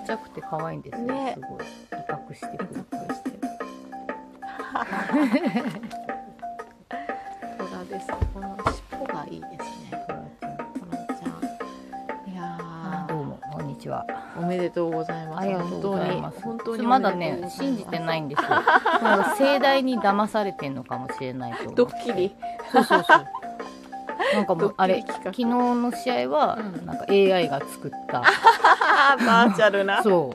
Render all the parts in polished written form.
っちゃくて可愛いんですよ、 ねすごい威嚇してくるトラです。この尻尾がいいですね。トラちゃん。いやどうもこんにちは。 おめでとうございます。 ありがとうございます。 本当にまだね信じてないんですよ。なんか盛大に騙されてんのかもしれないと思って。 ドッキリ。 そうそうそう。なんかもうあれドッキリ企画昨日の試合はなんか AI が作った。 バーチャルな。 そう。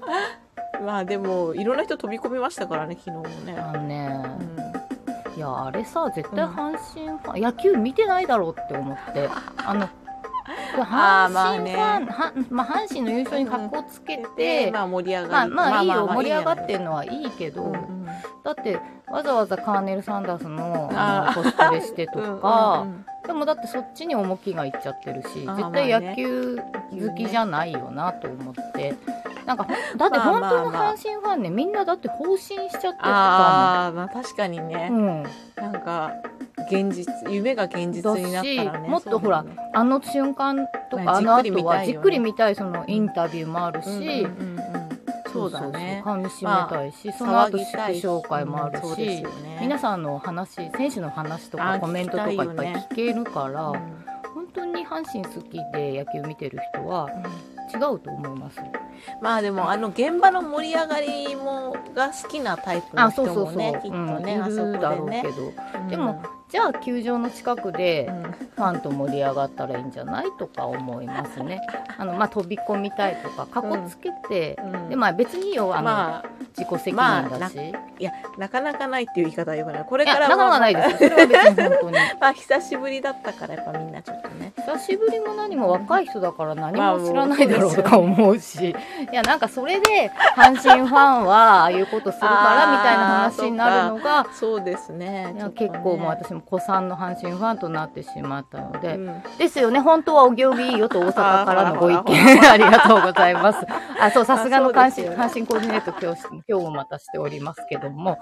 まあでもいろんな人飛び込みましたからね昨日もね。 いやあれさ絶対阪神ファン、野球見てないだろうって思って阪神ファン、阪神の優勝に格好つけて、 まあ盛り上がり、 まあいいよ、盛り上がってるのはいいけど、だってわざわざカーネル・サンダースのコスプレしてとかでもだってそっちに重きがいっちゃってるし、絶対野球好きじゃないよなと思って。なんかだって本当の阪神ファンね、みんなだって放心しちゃってるかも。まあ確かにね、なんか現実、夢が現実になったらね、 もっとほら、あの瞬間とかあの後はじっくり見たい、そのインタビューもあるし、 そうだね、 噛み締めたいし、その後祝勝会もあるし、皆さんの話、選手の話とかコメントとかいっぱい聞けるから、本当に阪神好きで野球見てる人は違うと思います。 まあでも現場の盛り上がりが好きなタイプの人もね、きっとね、あそこでね。 でもじゃあ球場の近くでファンと盛り上がったらいいんじゃないとか思いますね。飛び込みたいとかかこつけて、で別にいいよ、自己責任だし、 いやなかなかないっていう言い方は言わない。これからなかなかないです。それは別に本当に久しぶりだったからやっぱみんなちょっとね、 久しぶりも何も若い人だから何も知らないだろうとか思うし、いやなんかそれで阪神ファンはああいうことするからみたいな話になるのがそうですね、 結構もう私も古参の阪神ファンとなってしまったので、ですよね、本当はお行儀いいよと大阪からのご意見ありがとうございます。そう、さすがの阪神コーディネート今日もまたしておりますけども、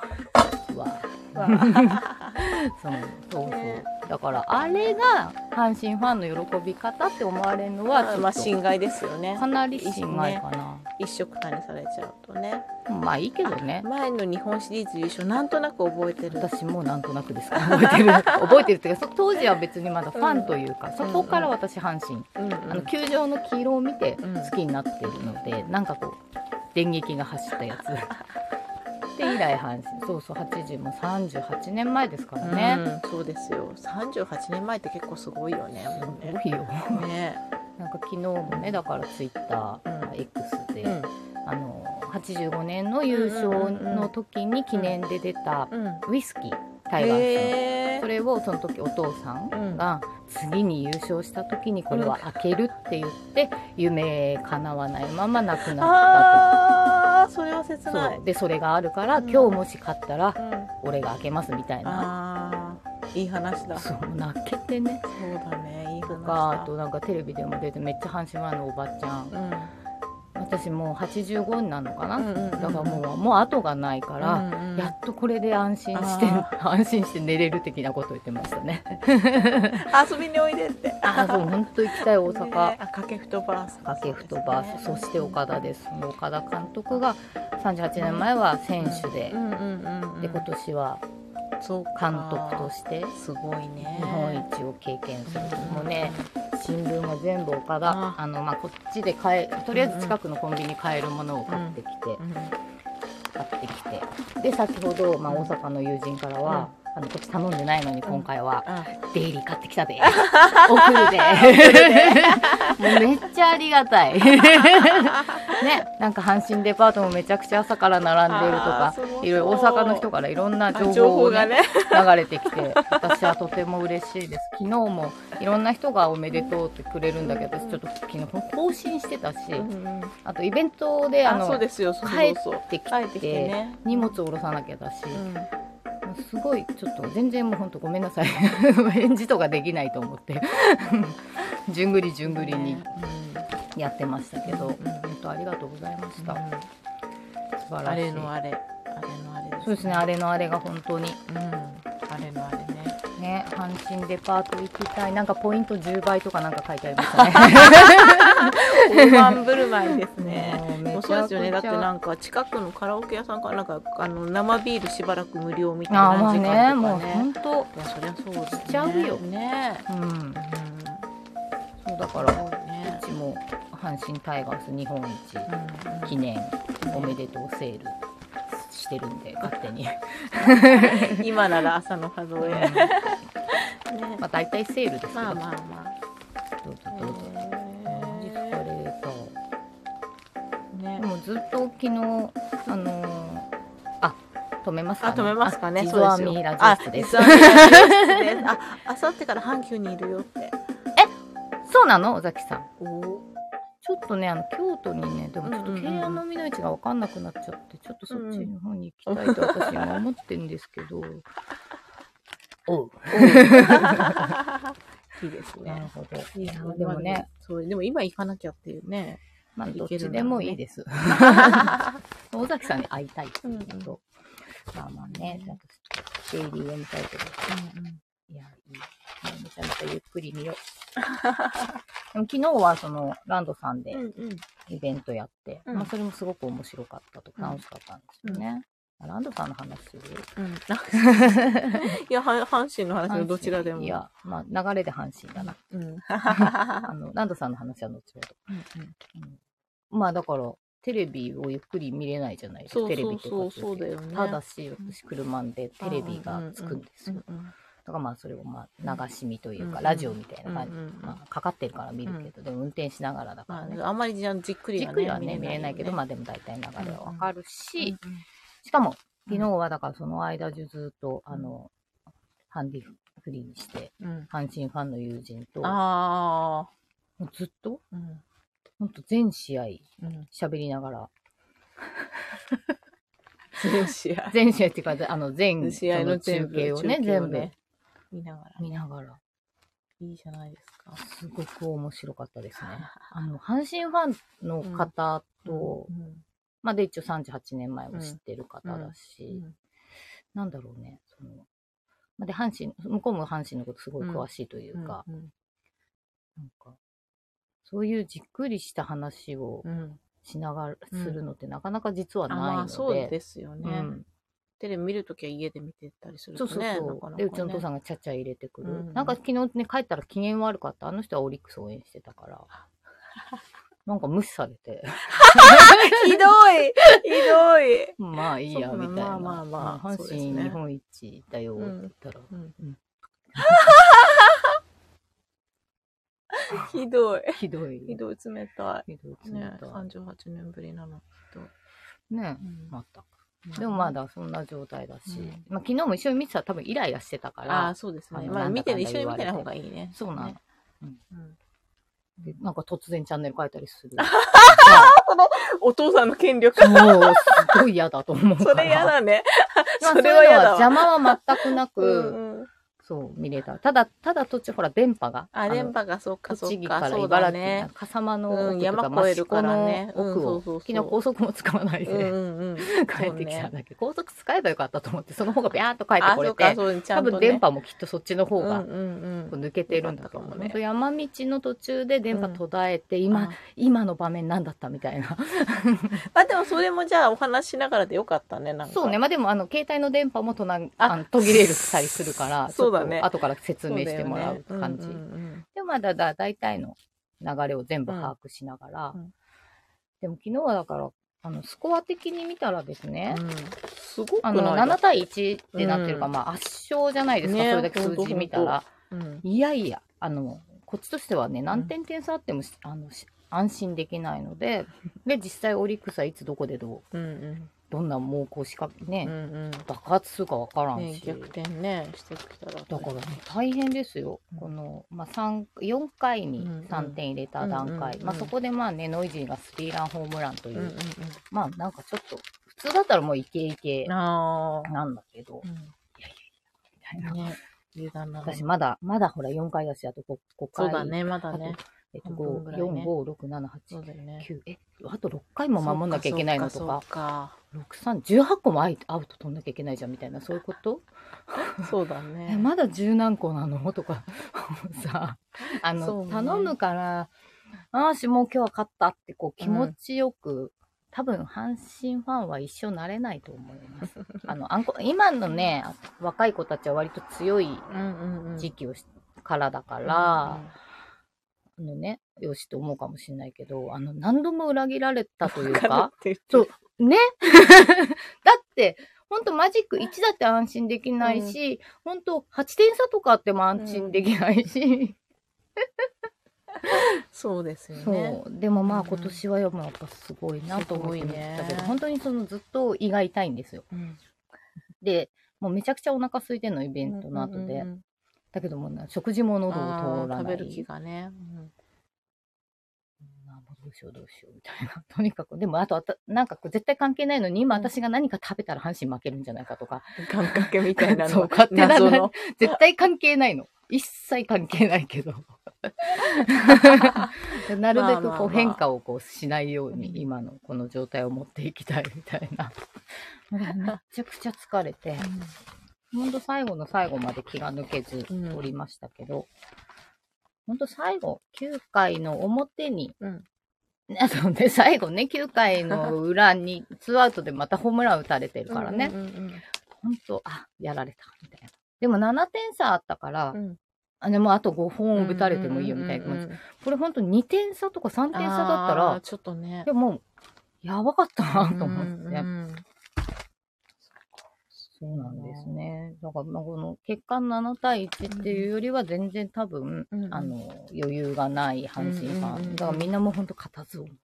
そうだからあれが阪神ファンの喜び方って思われるのはちょっと心外ですよね。 かなり心外かな。 一緒くたにされちゃうとね。 まあいいけどね。 前の日本シリーズ優勝なんとなく覚えてる。 私もなんとなくですか覚えてるっていうか、当時は別にまだファンというか、そこから私阪神、球場の黄色を見て好きになってるので、なんかこう電撃が走ったやつで以来阪神、そう80も38年前ですからね。 そうですよ、38年前って結構すごいよね。 すごいよね。なんか昨日もね、だからツイッター X で、85年の優勝の時に記念で出たウイスキー、タイガースの、それをその時お父さんが次に優勝した時にこれは開けるって言って夢叶わないまま亡くなったと。 それは切ない。 でそれがあるから今日もし勝ったら俺が開けますみたいな。 いい話だ。 そう泣けてね。 そうだね、いい話だ。 とかあとなんかテレビでも出てめっちゃ阪神ファンのおばちゃん、私もう85になるのかな、だからもう後がないから、やっとこれで安心して寝れる的なことを言ってましたね。 遊びにおいでって。 そう本当行きたい大阪。 掛布とバース。 掛布とバース、そして岡田です。岡田監督が38年前は選手で、で今年は監督としてすごいね、 日本一を経験する。もうね、新聞が全部岡田、こっちでとりあえず近くのコンビニ買えるものを買ってきて、で先ほど、大阪の友人からは、こっち頼んでないのに今回はデイリー買ってきたで送るでもうめっちゃありがたいね。なんか阪神デパートもめちゃくちゃ朝から並んでいるとか、いろいろ大阪の人からいろんな情報がね流れてきて、私はとても嬉しいです。昨日もいろんな人がおめでとうってくれるんだけど、私ちょっと昨日更新してたし、あとイベントで帰ってきて荷物を下ろさなきゃだし、すごいちょっと全然もうほんとごめんなさい返事とかできないと思ってじゅんぐりにやってましたけど、本当ありがとうございました。素晴らしい。 あれのあれそうですね、あれのあれが本当に、 あれのあれね。 阪神デパート行きたい。なんかポイント10倍とかなんか書いてありましたね。 大盤振る舞いですね。もうそうですよね。だってななんか近くのカラオケ屋さんからなんか生ビールしばらく無料みたいなまあね、 時間とかね。 もう本当。 いやそりゃそうですね。 しちゃうよね。 そうだから、うちも阪神タイガース日本一記念おめでとうセールしてるんで、勝手に。 今なら朝の波動へ。 まあ大体セールですけど。 まあ。 どうぞどうぞ。マジスカレーか。ね。でもずっと昨日止めますかね。 止めますかね。 地蔵編みラジオ室です。 あさってから阪急にいるよって。 そうなの、尾崎さん。ちょっとね、京都にね、でもちょっと京安のみの市が分かんなくなっちゃって、ちょっとそっちの方に行きたいと私今思ってるんですけど。おう。 いいですね。 なるほど。 いや、 でもね。 そう、でも今行かなきゃっていうね。 まあ、どっちでもいいです。尾崎さんに会いたいっていうのと。まあまあね、なんかデイリー読みたいけど。いや、いい。めちゃめちゃゆっくり見よう。でも昨日はそのランドさんでイベントやって、まあそれもすごく面白かったとか楽しかったんですよね。ランドさんの話する？ いや、阪神の話のどちらでも。 いや、まあ流れで阪神だな。ランドさんの話は後ほど。まあだから、テレビをゆっくり見れないじゃないですか。テレビとか。 そうだよね。 ただし、私車でテレビがつくんですよ。だからまあそれをまあ流し見というか、ラジオみたいな感じ。まあかかってるから見るけど、でも運転しながらだからね。 あんまりじっくりはね、見れないけど、まあでも大体流れはわかるし、しかも昨日はだからその間中ずっとハンディフリーにして、阪神ファンの友人と、もうずっと、ほんと全試合喋りながら、全試合っていうか、全試合の中継をね、全部見ながら。 いいじゃないですか。 すごく面白かったですね。阪神ファンの方と、まあで一応38年前も知ってる方だし、なんだろうね、で、向こうも阪神のことすごい詳しいというか、なんか、そういうじっくりした話をしながらするのってなかなか実はないので。 そうですよね。テレビ見るときは家で見てたりするとね。 そう。で、うちのお父さんがちゃっちゃ入れてくる。なんか昨日ね、帰ったら機嫌悪かった。あの人はオリックス応援してたから。なんか無視されて。 ひどい。 まあいいや、みたいな。 まあ。 阪神日本一だよ、って言ったら。 ひどい。 冷たい。 38年ぶりなのと。 ね、また。でもまだそんな状態だし。まあ昨日も一緒に見てたら多分イライラしてたから。 そうですね。まあ一緒に見てない方がいいね。 そうなの。なんか突然チャンネル変えたりする。 お父さんの権力。 もう、すごい嫌だと思うから。 それ嫌だね。 それは嫌だ。邪魔は全くなく、そう、見れた。ただ途中、ほら、電波が。 電波が、そうか。 栃木から茨城、笠間の奥とか、 山越えるからね。 奥を、昨日高速も使わないで、帰ってきたんだけど、高速使えばよかったと思って、その方がビャーっと帰ってこれて、多分電波もきっとそっちの方が抜けてるんだと思う。山道の途中で電波途絶えて、今の場面なんだったみたいな。 まあでもそれもじゃあお話しながらでよかったね、なんか。 そうね。まあでも携帯の電波も途切れるたりするから、そうだね。後から説明してもらう感じ。でもまだ大体の流れを全部把握しながら。でも昨日はだから、スコア的に見たらですね、 すごく 7対1ってなってるから、まあ圧勝じゃないですか、それだけ数字見たら。いやいや、こっちとしてはね、何点差あっても、安心できないので、実際オリックスはいつどこでどんな猛攻仕掛けね、爆発するかわからんし。 逆転ね、してきたら。 だからね、大変ですよ。まあ4回に3点入れた段階。まあそこでまあね、ノイジーがスリーランホームランという、まあなんかちょっと、普通だったらもうイケイケなんだけど、いやみたいな。私まだほら4回だし、あと5回。 そうだね、まだね。 半分ぐらいね 4、5、6、7、8、 そうだよね。 9、あと6回も守んなきゃいけないのとか、 そうか 6、3、18個もアウト取んなきゃいけないじゃんみたいな、そういうことそうだね。 まだ10何個なのとかさ、 そうね頼むから、しもう今日は勝ったってこう気持ちよく、多分阪神ファンは一生なれないと思います。今のね、若い子たちは割と強い時期からだから、よしと思うかもしれないけど、何度も裏切られたというか、そう、ねだって、ほんとマジック1だって安心できないし、ほんと8点差とかあっても安心できないし。 そうですよね。 そう。でもまあ今年はやっぱすごいなと思って見てたけど、本当にずっと胃が痛いんですよ。で、もうめちゃくちゃお腹空いてんの、イベントの後で。だけども食事も喉を通らない。 食べる気がね。 どうしようみたいな。とにかく。でもなんか絶対関係ないのに、今私が何か食べたら阪神負けるんじゃないかとか。 願掛けみたいなの。 そう、勝手なの。絶対関係ないの。一切関係ないけど。なるべく変化をしないように、今のこの状態を持っていきたいみたいな。めちゃくちゃ疲れて、ほんと最後の最後まで気が抜けずおりましたけど、ほんと最後、9回の表に、最後ね、9回の裏に、2アウトでまたホームラン打たれてるからね。ほんと、やられた、みたいな。でも7点差あったから、もうあと5本打たれてもいいよみたいな気持ち。これほんと2点差とか3点差だったら、 ちょっとね。 でも、やばかったなと思って。そうなんですね。だから、この結果7対1っていうよりは全然多分、余裕がない阪神ファン。だからみんなもうほんと固唾を。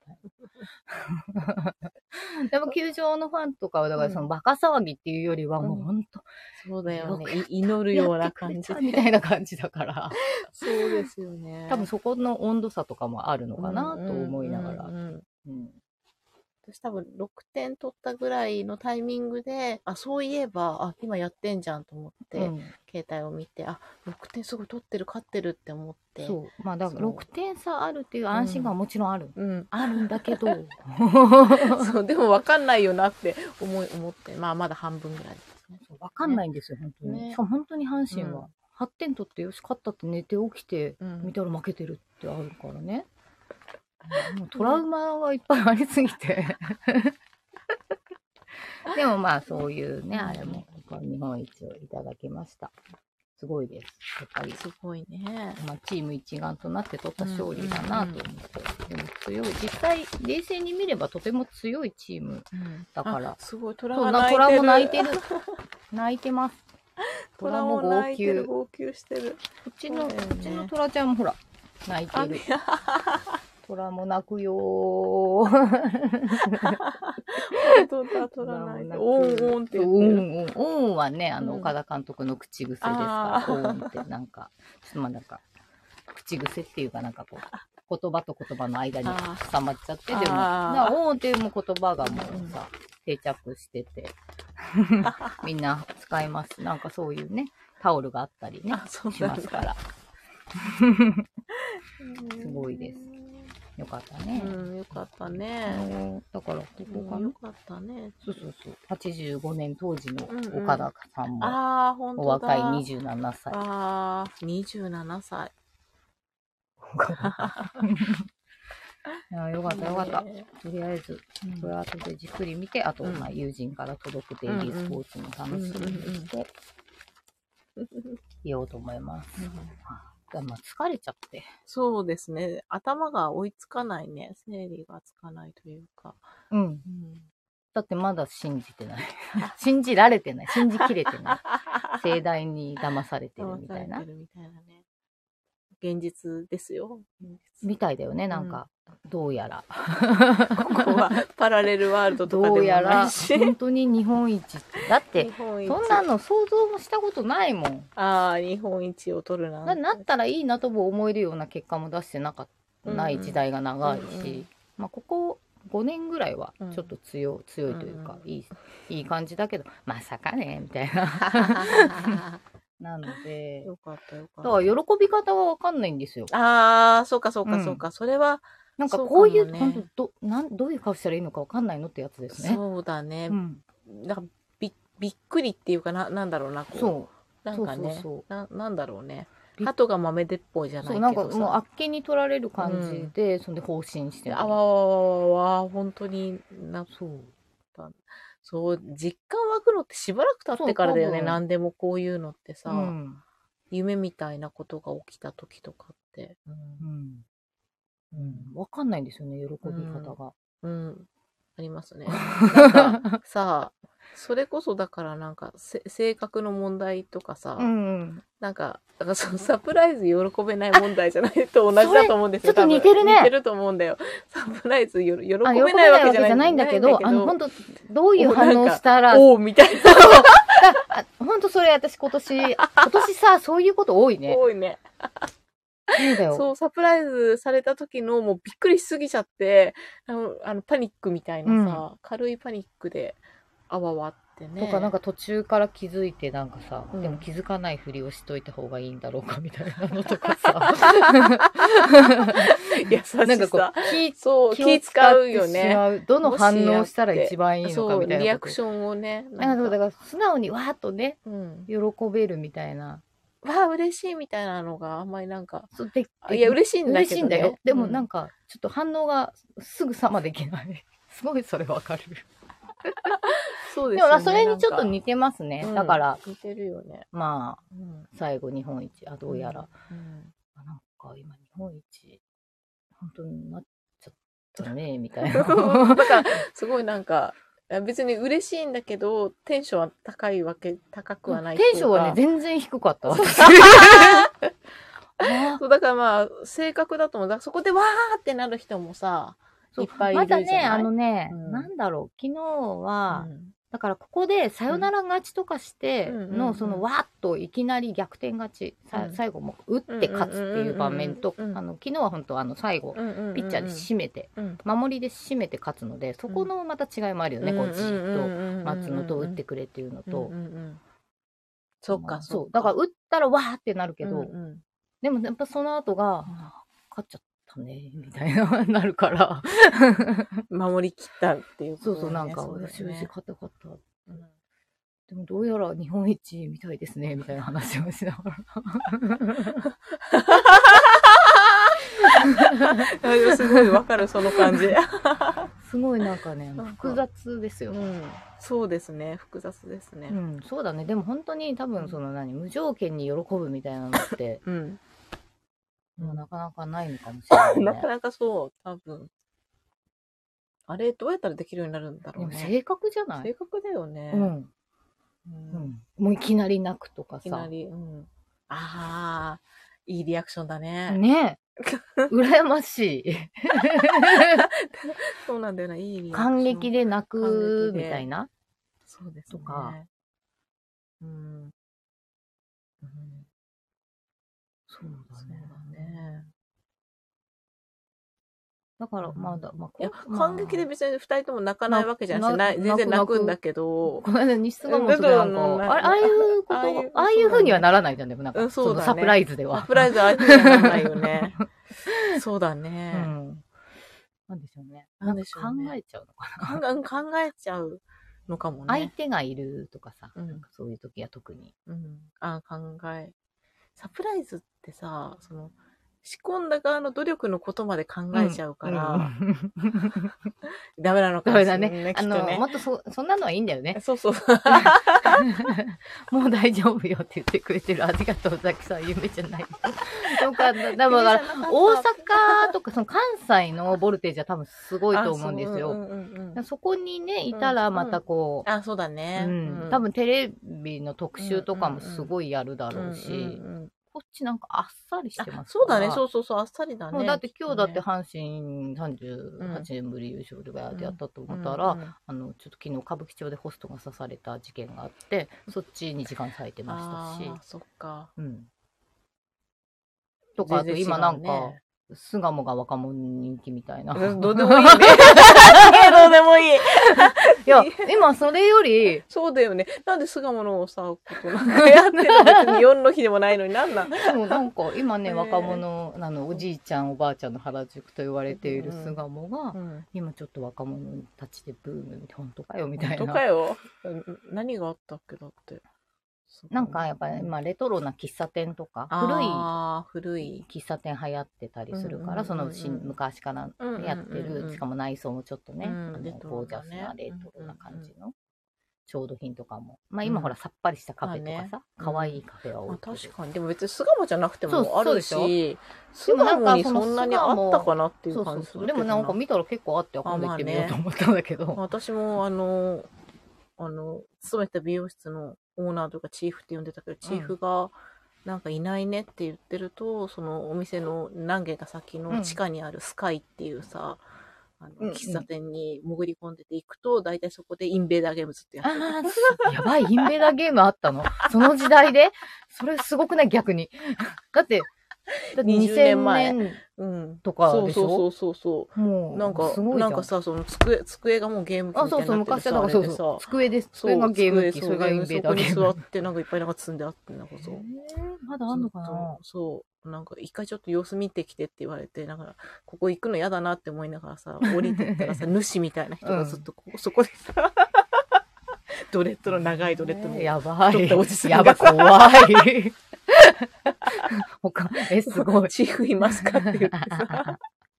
でも球場のファンとかは、だからバカ騒ぎっていうよりはもうほんと、 そうだよね。祈るような感じ。 みたいな感じだから。 そうですよね。 多分そこの温度差とかもあるのかなと思いながら。 私多分6点取ったぐらいのタイミングで、そういえば、今やってんじゃんと思って、携帯を見て、6点すごい取ってる、勝ってるって思って。 そう。まあだから6点差あるっていう安心感はもちろんある。あるんだけど。 そう、でも分かんないよなって思って、まだ半分ぐらいですね。 分かんないんですよ、本当に。しかも本当に阪神は、8点取ってよし、勝ったって寝て起きて、見たら負けてるってあるからね。もうトラウマがいっぱいありすぎて。でもまあそういうね、あれも日本一をいただきました。すごいです。やっぱり。 すごいね。 チーム一丸となって取った勝利だなと思って。でも強い。実際、冷静に見ればとても強いチームだから。 すごい、 トラも泣いてる。泣いてます。 トラも号泣。号泣してる。 こっちのトラちゃんもほら、泣いてる。トラも泣くよー。 本当だ、トラ泣いてる。オーンって言ってる。 オーンはね、岡田監督の口癖ですから、オーンってなんか、口癖っていうかなんかこう、言葉と言葉の間に挟まっちゃって、でも、オーンっていう言葉がもうさ、定着してて、みんな使います。なんかそういうね、タオルがあったりね、しますから。すごいです。よかったね。 よかったね。 だから、ここかな。 よかったね。 そう。85年当時の岡田さんも、お若い27歳。 27歳。 よかった。とりあえず、これ後でじっくり見て、あと、友人から届くデイリースポーツも楽しみにして、言おうと思います。疲れちゃって。 そうですね。頭が追いつかないね。整理がつかないというか。 だってまだ信じてない。信じられてない。信じきれてない。盛大に騙されてるみたいな。 現実ですよ。 みたいだよね、なんか。どうやら。 ここはパラレルワールドとかでもないし。 どうやら、本当に日本一。だって、そんなの想像もしたことないもん。 日本一を取るな。 なったらいいなとも思えるような結果も出してない時代が長いし、ここ5年ぐらいはちょっと強いというか、いい感じだけど、まさかね、みたいな。ななので、 よかったよかだった。 から喜び方はわかんないんですよ。 ああ、そうかそうかそうか。それは、 なんかこういう、 そうかもね本当どういう顔したらいいのかわかんないのってやつですね。 そうだね。 うん。 なんかびっくりっていうかなんだろうな、こう。 そう。 なんかねそうなんだろうね。 び鳩が豆鉄砲じゃないそう、 けどさ。 なんかもうあっけに取られる感じで、そんで放心してる。 あわわわわわ、本当にそう。 そう、実感湧くのってしばらく経ってからだよね。 そう多分何でもこういうのってさ、 うん。 夢みたいなことが起きた時とかって。 わかんないんですよね、喜び方が。 ありますね。なんかさ、それこそだからなんか性格の問題とかさ、なんか、だからそのサプライズ喜べない問題じゃないと同じだと思うんですよ。 ちょっと似てるね。 似てると思うんだよ。サプライズ喜べないわけじゃないんだけど、 本当どういう反応したら、 おーみたいな。 本当それ私今年さ、そういうこと多いね。 多いね。そう、サプライズされた時のもうびっくりしすぎちゃって、パニックみたいなさ、軽いパニックで、あわわってね。 とかなんか途中から気づいてなんかさ、でも気づかないふりをしといた方がいいんだろうかみたいなのとかさ。 優しさ。 なんかこう、 気使うよね。 どの反応したら一番いいのかみたいな。 リアクションをね。 だから素直にわーっとね、喜べるみたいな。 わあ、嬉しいみたいなのがあんまりなんか。 いや、嬉しいんだけど、ね。 嬉しいんだよ。でもなんか、ちょっと反応がすぐさまできない。すごいそれわかる。 そうですね。 でもそれにちょっと似てますね。だから。 似てるよね。 まあ、最後日本一、どうやら。なんか今日本一、本当になっちゃったね、みたいな。だから、すごいなんか、別に嬉しいんだけど、テンションは高くはない。 テンションはね、全然低かった。 そう、だからまあ、性格だと思う。だからそこでわーってなる人もさ、いっぱいいるじゃない。 まだね、なんだろう、昨日は、だからここでサヨナラ勝ちとかしての、そのわーっといきなり逆転勝ち、最後も打って勝つっていう場面と、昨日は本当最後、ピッチャーで締めて、守りで締めて勝つので、そこのまた違いもあるよね、こうじっと松野と打ってくれっていうのと。 そっか、 そう。だから打ったらわーってなるけど、でもやっぱその後が、勝っちゃったね、みたいな、なるから。 守り切ったっていうこと、そう、なんか、終始勝った。でもどうやら日本一みたいですね、みたいな話をしながら。すごいわかる、その感じ。 すごいなんかね、複雑ですよ。 そうですね、複雑ですね。 そうだね。でも本当に多分無条件に喜ぶみたいなのって、もうなかなかないのかもしれない、ね。 なかなかそう、多分。あれ、どうやったらできるようになるんだろうね。 性格じゃない？ 性格だよね。 もういきなり泣くとかさ。 いきなり、ああ、いいリアクションだね。 ねえ。羨ましい。 そうなんだよな、いいリアクション。 感激で泣くみたいな。 そうですね。 とか。そうだね。だからまだ、 いや、感激で別に二人とも泣かないわけじゃないし、全然泣くんだけど。 この間、西菅本でなんか、ああいうこと、ああいう風にはならないじゃん、でもなんか、そのサプライズでは。 サプライズはああいう風にはならないよね。そうだね。 なんでしょうね。なんでしょうね。考えちゃうのかな。 考えちゃうのかもね。 相手がいるとかさ、そういう時は特に。 サプライズってさ、仕込んだ側の努力のことまで考えちゃうから、ダメなのかもしれないね。 もっとそんなのはいいんだよね。 そうそう。 もう大丈夫よって言ってくれてる。ありがとう、ザキさん、夢じゃない。よかった。だから、大阪とか、関西のボルテージは多分すごいと思うんですよ。そこにね、いたらまたこう。 そうだね。 多分テレビの特集とかもすごいやるだろうし。こっちなんかあっさりしてますそうだね、そう、あっさりだね。 だって今日だって阪神38年ぶり優勝でやったと思ったら、ちょっと昨日歌舞伎町でホストが刺された事件があって、そっちに時間割いてましたし。 そっか。 とか、あと今なんか、 巣鴨が若者人気みたいな。 どうでもいいね。どうでもいい。 いや、今それより、 そうだよね。なんで巣鴨のさ、ことなんかやってるの別に4の日でもないのになんなん。 でもなんか今ね、若者、おじいちゃんおばあちゃんの原宿と言われている巣鴨が、今ちょっと若者たちでブームみたいな、本当かよみたいな。 本当かよ。何があったっけだって。 なんかやっぱり今レトロな喫茶店とか、古い喫茶店流行ってたりするから、その昔からやってる、しかも内装もちょっとね、ゴージャスなレトロな感じの調度品とかも。まあ今ほらさっぱりしたカフェとかさ、可愛いカフェは多い。 確かに。でも別に巣鴨じゃなくてもあるし、巣鴨にそんなにあったかなっていう感じするけど。 でもなんか見たら結構あって、今度行ってみようと思ったんだけど。 私も勤めた美容室のオーナーとかチーフって呼んでたけど、チーフがなんかいないねって言ってると、そのお店の何軒か先の地下にあるスカイっていうさ、喫茶店に潜り込んでて行くと、大体そこでインベーダーゲームズってやってる。やばい、インベーダーゲームあったのその時代でそれすごくない逆に。だって 20年前とかでしょ。そうもうなんかさ、その机がもうゲーム機みたいになっててさ、 昔はだからそう机です。それがゲーム機、それがインベーダーゲーム。 そこに座ってなんかいっぱいなんか積んであってなんかそう。 まだあんのかな。 そうなんか一回ちょっと様子見てきてって言われて、なんかここ行くの嫌だなって思いながらさ、降りてったらさ、主みたいな人がずっとそこでさ。ドレッドの長いドレッドのやばい。 やばい、 怖い。すごい。 チーフいますかって言ってさ。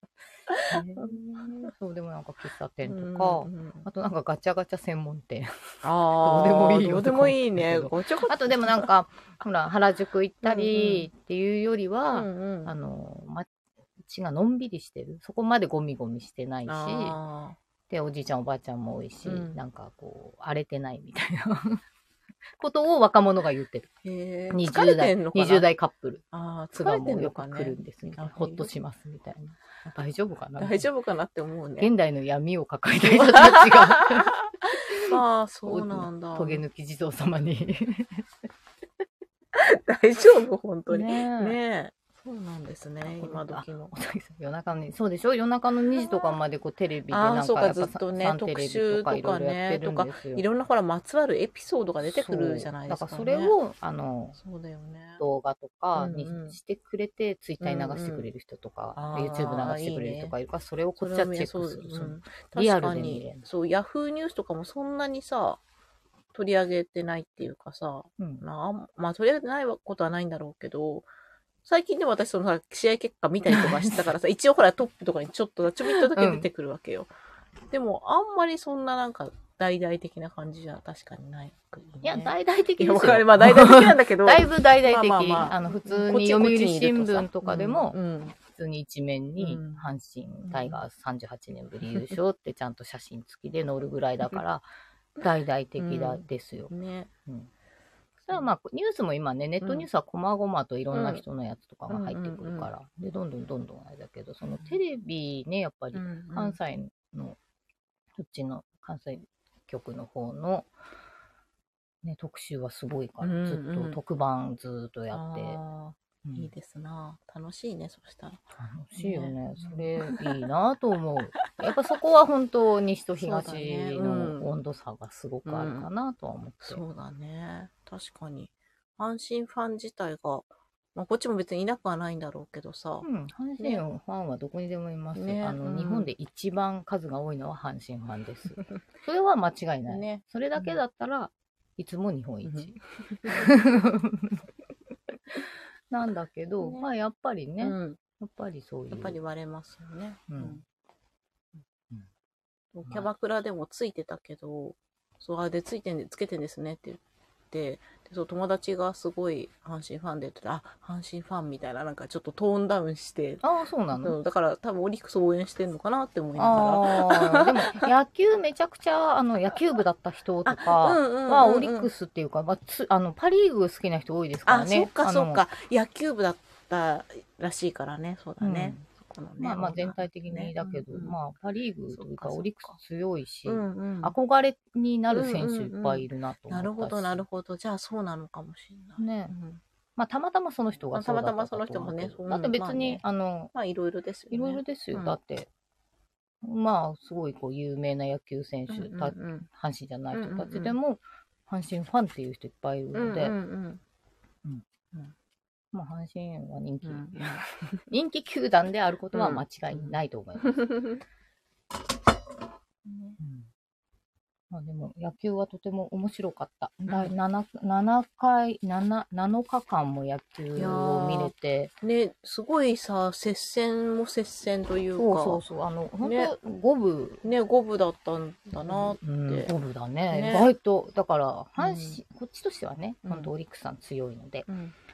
そうでもなんか喫茶店とか、あとなんかガチャガチャ専門店。 どうでもいいよ。どうでもいいね。 あとでもなんか、ほら、原宿行ったりっていうよりは、街がのんびりしてる。そこまでゴミゴミしてないし、で、おじいちゃんおばあちゃんも多いし、なんかこう、荒れてないみたいなことを若者が言ってる。20代カップル。 疲れてんのかね。 来るんですみたいな。ほっとしますみたいな。大丈夫かな大丈夫かなって思うね。 現代の闇を抱えた人たちが。 そうなんだ。 トゲ抜き地蔵様に。 大丈夫本当に。ねえ。そうなんですね、今時の。 夜中の、そうでしょ夜中の2時とかまでこうテレビでなんかずっとね、特集とかね、とか、いろんなほら、まつわるエピソードが出てくるじゃないですか。 だからそれを、 そうだよね。 動画とかにしてくれて、ツイッターに流してくれる人とか、YouTube 流してくれる人とかいるから、それをこっちはチェックする。リアルで見れる。 そう、ヤフーニュースとかもそんなにさ、取り上げてないっていうかさ、まあ取り上げてないことはないんだろうけど、最近でも私その試合結果見たりとかしたからさ、一応ほらトップとかにちょびっとだけ出てくるわけよ。でもあんまりそんななんか大々的な感じじゃ確かにない、 いや、大々的ですよ。 まあ大々的なんだけど。 だいぶ大々的。普通に読売新聞とかでも、普通に一面に阪神タイガース38年ぶり優勝ってちゃんと写真付きで載るぐらいだから、大々的ですよ。 ね。 まあ、ニュースも今ね、ネットニュースはこまごまといろんな人のやつとかが入ってくるから、で、どんどんあれだけど、そのテレビね、やっぱり関西の、そっちの関西局の方の、ね、特集はすごいから、ずっと特番ずっとやって。 いいですな。楽しいね、そしたら。 楽しいよね。それいいなと思う。やっぱそこは本当西と東の温度差がすごくあるかなとは思って。 そうだね。確かに。阪神ファン自体が、まあこっちも別にいなくはないんだろうけどさ。 阪神ファンはどこにでもいます。日本で一番数が多いのは阪神ファンです。それは間違いない。それだけだったらいつも日本一。なんだけど、まあやっぱりね、やっぱりそういう。 やっぱり割れますよね。キャバクラでもついてたけど、そう、でつけてんですねって言って、そう友達がすごい阪神ファンで言ってた、阪神ファンみたいな、なんかちょっとトーンダウンして。 そうなの？ だから多分オリックス応援してんのかなって思いながら。でも野球めちゃくちゃ、野球部だった人とかはオリックスっていうか、パリーグ好きな人多いですからね。 そっか。野球部だったらしいからね、そうだね。 まあ全体的にだけど、まあパリーグというかオリックス強いし、憧れになる選手いっぱいいるなと思ったし。 なるほど。じゃあそうなのかもしれない。 ね。 まあ、たまたまその人がそうだったたまたまその人もねと思うけどだって別に、 まあ、いろいろですよね。 いろいろですよ。 うんだって、まあ、すごいこう有名な野球選手、 うんうん阪神じゃない人たちでも、阪神ファンっていう人いっぱいいるので、まあ、阪神は人気、人気球団であることは間違いないと思います。まあ、でも野球はとても面白かった。7日間も野球を見れて。 ね、すごいさ、接戦も接戦というか。 そう。本当五分。 ね、五分だったんだなって。 五分だね。意外と。だから、阪神、こっちとしてはね、本当オリックスさん強いので、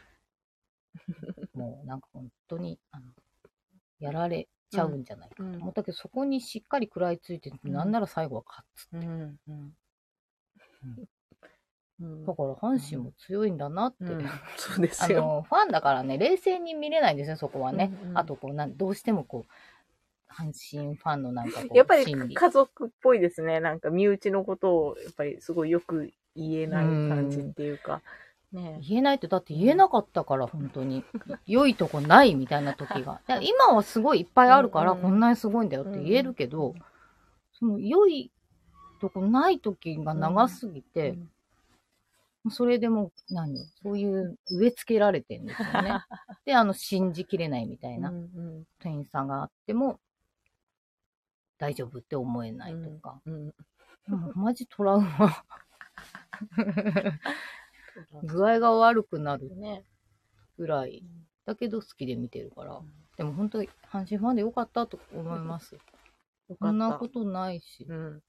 もうなんか本当に、やられちゃうんじゃないかと思ったけど、そこにしっかり食らいついて、なんなら最後は勝つって。だから阪神も強いんだなって。 そうですよ。 ファンだからね、冷静に見れないんですよ、そこはね。あとどうしても阪神ファンのなんかやっぱり家族っぽいですね。なんか身内のことを、やっぱりすごいよく言えない感じっていうか。 ね、言えないって、だって言えなかったから、本当に。良いとこないみたいな時が。今はすごいいっぱいあるから、こんなにすごいんだよって言えるけど、その良いとこない時が長すぎて、それでもそういう植え付けられてるんですよね。で、信じきれないみたいな点差があっても、大丈夫って思えないとか。マジトラウマ。具合が悪くなるぐらい。だけど好きで見てるから。でも本当に阪神ファンでよかったと思います。そんなことないし。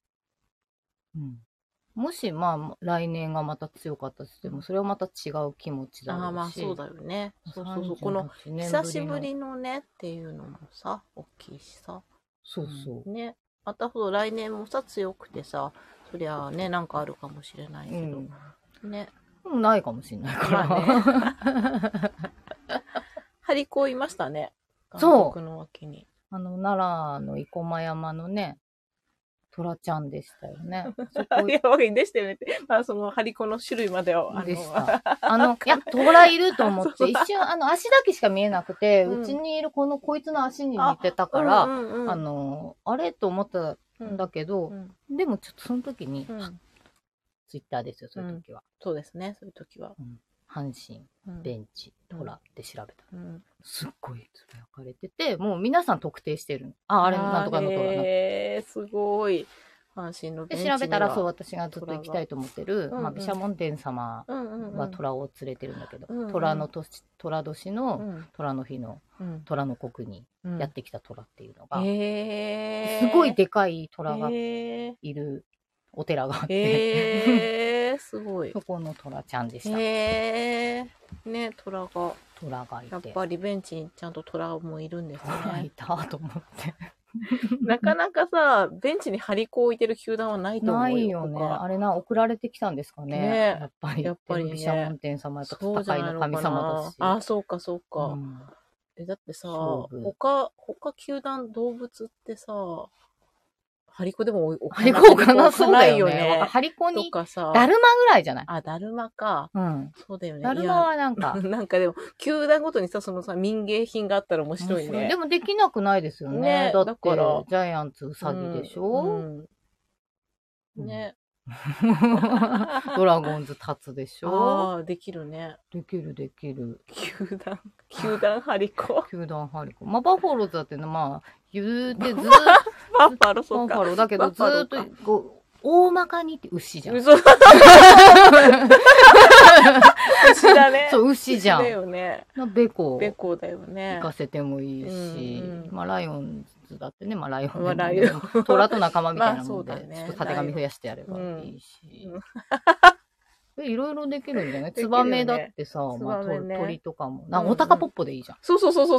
もしまあ来年がまた強かったとしても、それはまた違う気持ちだろうし。 まあそうだよね。そう。この久しぶりのねっていうのもさ、大きいしさ。 そう。 ね。またほど来年もさ強くてさ、そりゃね、なんかあるかもしれないけど。ね。 もうないかもしれないからね。 張り子いましたね。 そう。 の脇に。 奈良の生駒山のね、トラちゃんでしたよね。 いや、でしたよねって。まあ、その、張り子の種類までは。 でした。いや、トラいると思って、一瞬、足だけしか見えなくて、うちにいるこいつの足に似てたから、あれと思ったんだけど、でもちょっとその時に、ツイッターですよ、そういう時は。 そうですね、そういう時は。 阪神、ベンチ、トラって調べた。すっごいつぶやかれてて、もう皆さん特定してる。あれ、なんとかのトラな。 すごい。阪神のベンチで、調べたら、そう、私がずっと行きたいと思ってる、まあ、毘沙門天様は虎を連れてるんだけど、虎年の虎の日の虎の国にやってきた虎っていうのが、すごいでかい虎がいるお寺があって、 すごい。 そこの虎ちゃんでした。 ね、虎がいて。やっぱりベンチにちゃんと虎もいるんですね。 いたと思って。 なかなかさ、ベンチに張り子を置いてる球団はないと思うよ。 ないよね。あれ送られてきたんですかね。やっぱり。毘沙門天様やっぱ戦いの神様だし。 あ、そうか。だってさ、他球団動物ってさ、張り子でも置かないよね。張り子に、だるまぐらいじゃない？ あ、だるまか。そうだよね。 だるまはなんか。 なんかでも、球団ごとにさ、そのさ、民芸品があったら面白いね。 でもできなくないですよね。だって、ジャイアンツウサギでしょ？ ね。 ドラゴンズ立つでしょ？ ああ、できるね。 できる。 球団張り子。 球団張り子。まあ、バファローズだってまあ、言うてずっと、 バッファロー、そうか。 バッファローだけど、ずっと、大まかにって牛じゃん。 牛だね。 そう、牛じゃん。 だよね。 ベコだよね。 行かせてもいいし、まあ、ライオンズだってね、まあ、ライオン。虎と仲間みたいなもんで、ちょっとたてがみ増やしてやればいいし。いろいろできるんじゃない？ツバメだってさ、まあ、鳥とかも。オタカポッポでいいじゃん。 そう。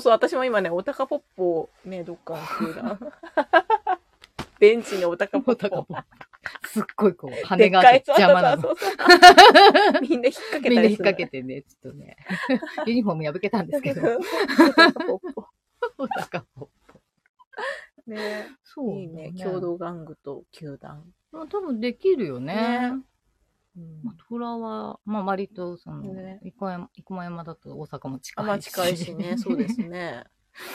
私も今ね、オタカポッポね、どっかの球団。ベンチにオタカポッポ。 すっごい羽があって邪魔なの。 みんな引っ掛けたりする。 みんな引っ掛けてね、ちょっとね。ユニフォーム破けたんですけど。オタカポッポ。 ね、そう。いいね。共同玩具と球団。 多分できるよね。 まあ、虎は、まあ割と、 ね生駒山だと大阪も近まあいし。 近いしね、そうですね。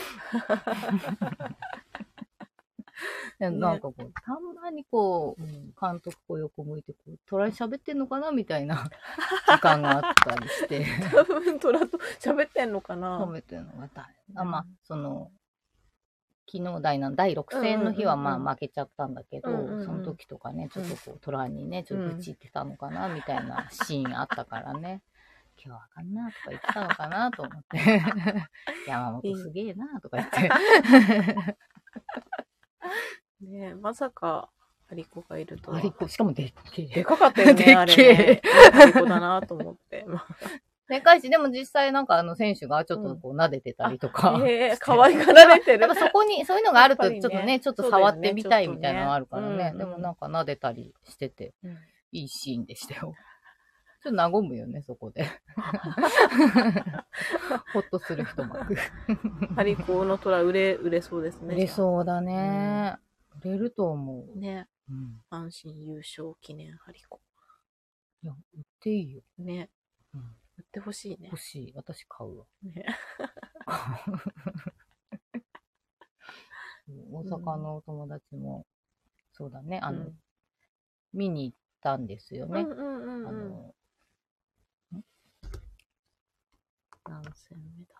なんかこう、たまにこう、監督こう横向いて、こう、虎に喋ってんのかなみたいな時間があったりして。 多分虎と喋ってんのかな。 喋ってんのがまあ、昨日第6戦の日はまあ負けちゃったんだけど、その時とかね、ちょっとこう、虎にね、ちょっと打ち入ってたのかなみたいなシーンあったからね。今日はあかんなとか言ってたのかなと思って。山本すげえなとか言って。 ねえ、まさか、ハリコがいるとは。 ハリコ、しかもでっけえ。 でかかったよね、 でっけえ。 あれね。ハリコだなと思って。 でかいし、でも実際なんか選手がちょっとこう撫でてたりとか。 可愛がられてる。 やっぱそこに、そういうのがあるとちょっとね、ちょっと触ってみたいみたいなのがあるからね。でもなんか撫でたりしてて、いいシーンでしたよ。ちょっと和むよね、そこで。ほっとする一幕。 ハリコの虎売れそうですね。 売れそうだね。売れると思う。 ね。阪神優勝記念ハリコ。 いや、売っていいよ。 ね。売ってほしいね。 欲しい。私買うわ。ね。大阪のお友達も、そうだね、見に行ったんですよね。 何戦目だ。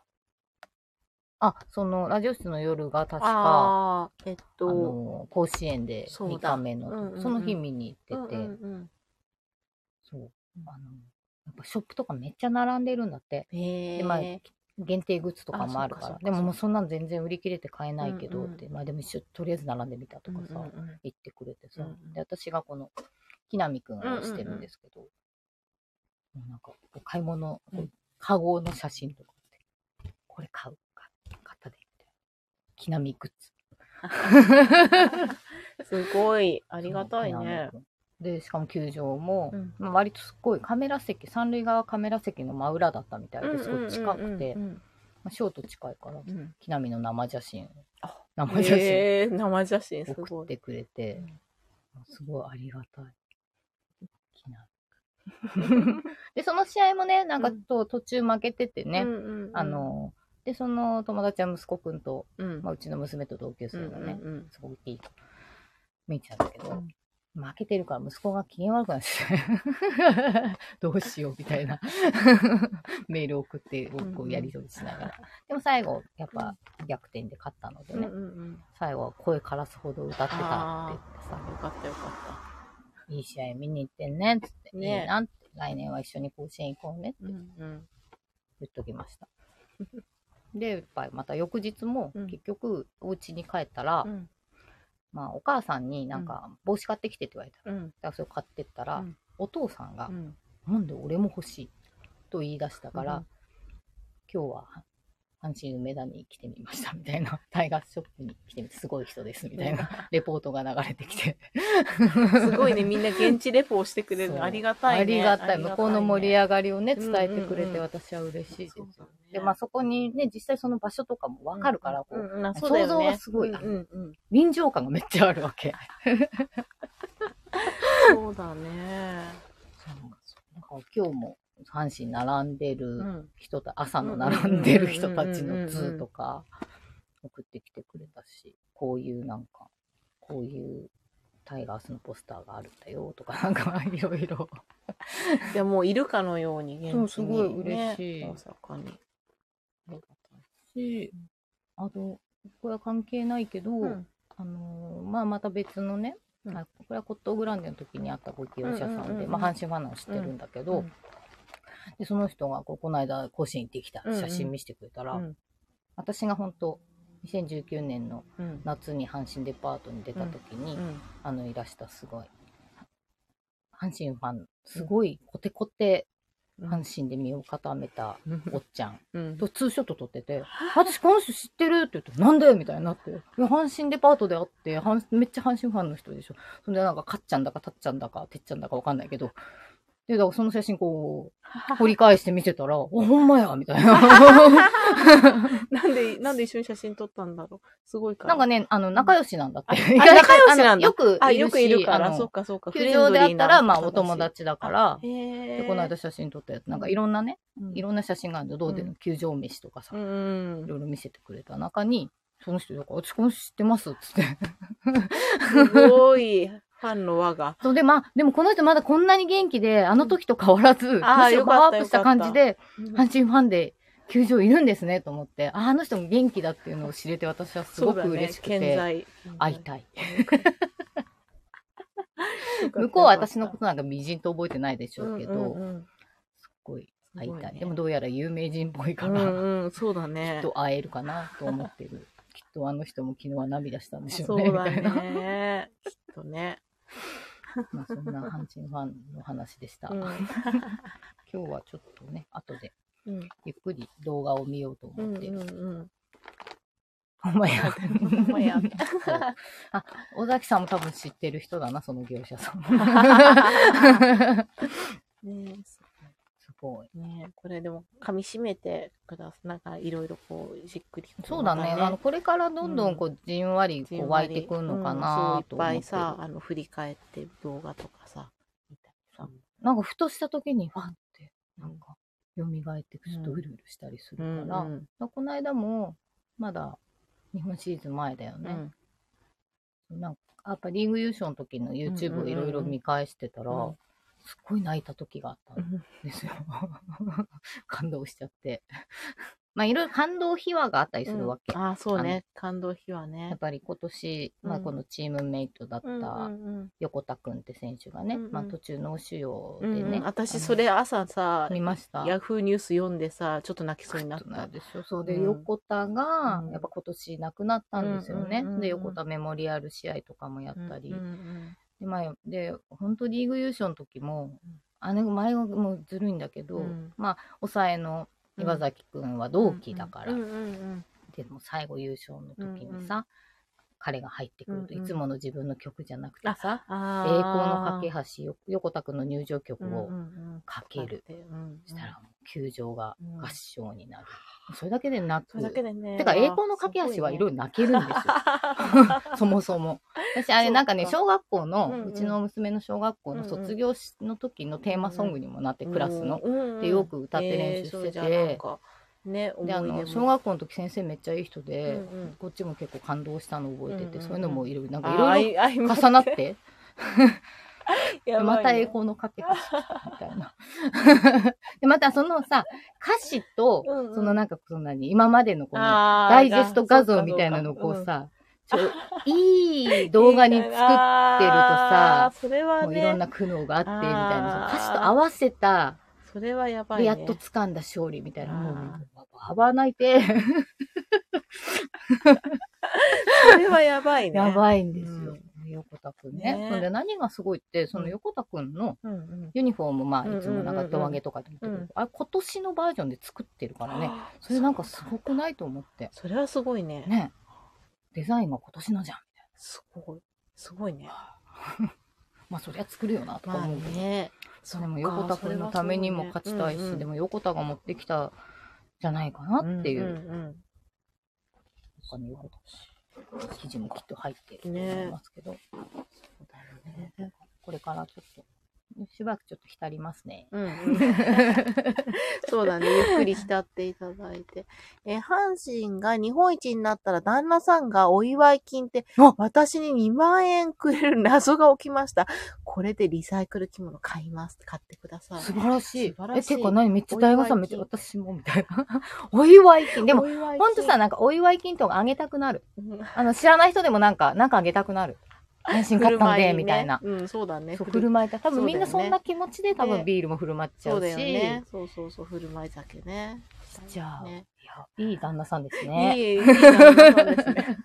ラジオ室の夜が確か、甲子園で2日目の、その日見に行ってて、そう、やっぱショップとかめっちゃ並んでるんだって。で、まあ、限定グッズとかもあるから。でももうそんなの全然売り切れて買えないけどって、まあでもとりあえず並んでみたとかさ、言ってくれてさ。で、私がこの、木南くんをしてるんですけど、なんか、買い物、カゴの写真とかって、これ買ったで、みたいな。木南グッズ。すごい、ありがたいね。 で、しかも球場も、割とすっごい三塁側カメラ席の真裏だったみたいですごい近くて、ショート近いから、木南の生写真生写真送ってくれて、すごいありがたい。木南。で、その試合もね、なんか途中負けててね、で、その友達は息子くんと、うちの娘と同級生がね、すごくいいと見てたんだけど、負けてるから息子が機嫌悪くなってどうしようみたいなメール送って僕をやり取りしながら。でも最後、やっぱ逆転で勝ったのでね、最後は声枯らすほど歌ってたって言ってさ。 よかったよかった。 いい試合見に行ってんね、つって。いいなって。来年は一緒に甲子園行こうねって言っときました。で、やっぱりまた翌日も結局お家に帰ったら、まあ、お母さんになんか帽子買ってきてって言われた。だからそれ買ってったら、お父さんが、なんで俺も欲しいと言い出したから、今日は阪神梅田に来てみましたみたいな、タイガースショップに来てみてすごい人ですみたいなレポートが流れてきて。 すごいね、みんな現地レポをしてくれる。ありがたいね。 ありがたい。向こうの盛り上がりをね、伝えてくれて私は嬉しいです。で、まあそこにね、実際その場所とかもわかるから、想像がすごい。臨場感がめっちゃあるわけ。 そうだね。 なんか今日も阪神並んでる人朝の並んでる人たちの図とか送ってきてくれたし、こういうタイガースのポスターがあるんだよとか、なんかいろいろ。 いや、もういるかのように、 そう、すごい嬉しい。 大阪に。 し、あと、これは関係ないけど、まあまた別のね、これはコットーグランデの時にあったご利用者さんで、まあ阪神ファンなの知ってるんだけど、で、その人がこの間甲子園行ってきた写真見せてくれたら、私が本当2019年の夏に阪神デパートに出た時に、いらしたすごい、阪神ファン、すごいコテコテ、阪神で身を固めたおっちゃんとツーショット撮ってて、私この人知ってるって言って、なんでみたいになって、いや、阪神デパートで会って、めっちゃ阪神ファンの人でしょ。そんでなんか、かっちゃんだかたっちゃんだかてっちゃんだかわかんないけど、 で、だからその写真こう、掘り返して見せたら、お、ほんまやみたいな。 なんで一緒に写真撮ったんだろう。すごいから。 なんかね、仲良しなんだって。 仲良しなんだ。 よくいるし、 よくいるから、そうかそうか。 球場であったら、まあお友達だから、 で、 この間写真撮ったやつ、なんかいろんなね、いろんな写真があるの、どうでの球場飯とかさ、いろいろ見せてくれた中に、その人、だから、私この人知ってますっつって。 すごい。ファンの輪が。 そうで、まあ、でもこの人まだこんなに元気で、あの時と変わらず、パワーアップした感じで、阪神ファンで球場いるんですね、と思って、あの人も元気だっていうのを知れて、私はすごく嬉しくて、会いたい。向こうは私のことなんか微塵と覚えてないでしょうけど、すっごい会いたい。でもどうやら有名人っぽいから、 そうだね。 きっと会えるかなと思ってる。きっとあの人も昨日は涙したんでしょうね。 そうだね。きっとね。 まあそんな阪神ファンの話でした。今日はちょっとね、後でゆっくり動画を見ようと思ってる。ほんまや。あ、尾崎さんも多分知ってる人だな、その業者さん。 ね、すごい。 ね、これでも噛み締めてください。なんかいろいろこうじっくり、 そうだね。これからどんどんこうじんわりこう湧いてくるのかなと思って。 いっぱいさ、振り返って動画とかさ、見たりさ。 なんかふとした時にファンってなんか蘇ってちょっとうるうるしたりするから、この間もまだ日本シリーズ前だよね。なんかやっぱリーグ優勝の時の YouTube をいろいろ見返してたら、すっごい泣いた時があったんですよ。感動しちゃって。まあいろいろ感動秘話があったりするわけ。 ああ、そうね。感動秘話ね。 やっぱり今年、まあこのチームメイトだった横田くんって選手がね、まあ途中脳腫瘍でね。 私それ朝さ、 見ました。 ヤフーニュース読んでさ、ちょっと泣きそうになった。 そうで、横田が、やっぱ今年亡くなったんですよね。で、横田メモリアル試合とかもやったり。で、まあ、で、本当リーグ優勝の時も、前はもうずるいんだけど、まあ、抑えの岩崎くんは同期だから、でも最後優勝の時にさ、彼が入ってくると、いつもの自分の曲じゃなくてさ、栄光の架け橋、横田くんの入場曲をかける。したら、球場が合唱になる。それだけで泣く。てか、栄光の架け橋はいろいろ泣けるんですよ。そもそも。私、あれなんかね、小学校の、うちの娘の小学校の卒業の時のテーマソングにもなって、クラスの。で、よく歌って練習してて、で、小学校の時先生めっちゃいい人で、こっちも結構感動したの覚えてて、そういうのもいろいろ、なんかいろいろ重なって、また栄光の架け橋みたいな。で、またそのさ、歌詞と、そのなんかそんなに、今までのこのダイジェスト画像みたいなのをこうさ、いい動画に作ってるとさ、もういろんな苦悩があって、みたいな、歌詞と合わせた、 それはやばいね。 で、やっと掴んだ勝利みたいな。もう、ば泣いて。 それはやばいね。 やばいんですよ。横田くんね。で、何がすごいって、その横田くんのユニフォーム、まあ、いつもなんか胴上げとかでもけど、あれ今年のバージョンで作ってるからね。それなんかすごくないと思って。 それはすごいね。 ね。デザインが今年のじゃん。みたいな。 すごい。すごいね。 まあ、そりゃ作るよな、とか思うけど。ね。でも横田くんのためにも勝ちたいし、でも横田が持ってきたじゃないかなっていう。他に横田記事もきっと入ってると思いますけど。これからちょっと、しばらくちょっと浸りますね。 そうだね。ゆっくり浸っていただいて。阪神が日本一になったら旦那さんがお祝い金って私に2万円くれる謎が起きました。これでリサイクル着物買います。買ってください。 素晴らしい。てか何めっちゃ大河さんめっちゃ私もみたいな。お祝い金。でも、ほんとさ、なんかお祝い金とかあげたくなる。知らない人でもなんかあげたくなる。安心買ったんで、みたいな。 そうだね。 振る舞いた。多分みんなそんな気持ちで多分ビールも振る舞っちゃうし。そうだよね。そう、振る舞い酒ね。 じゃあ、いい旦那さんですね。 いい旦那さんですね。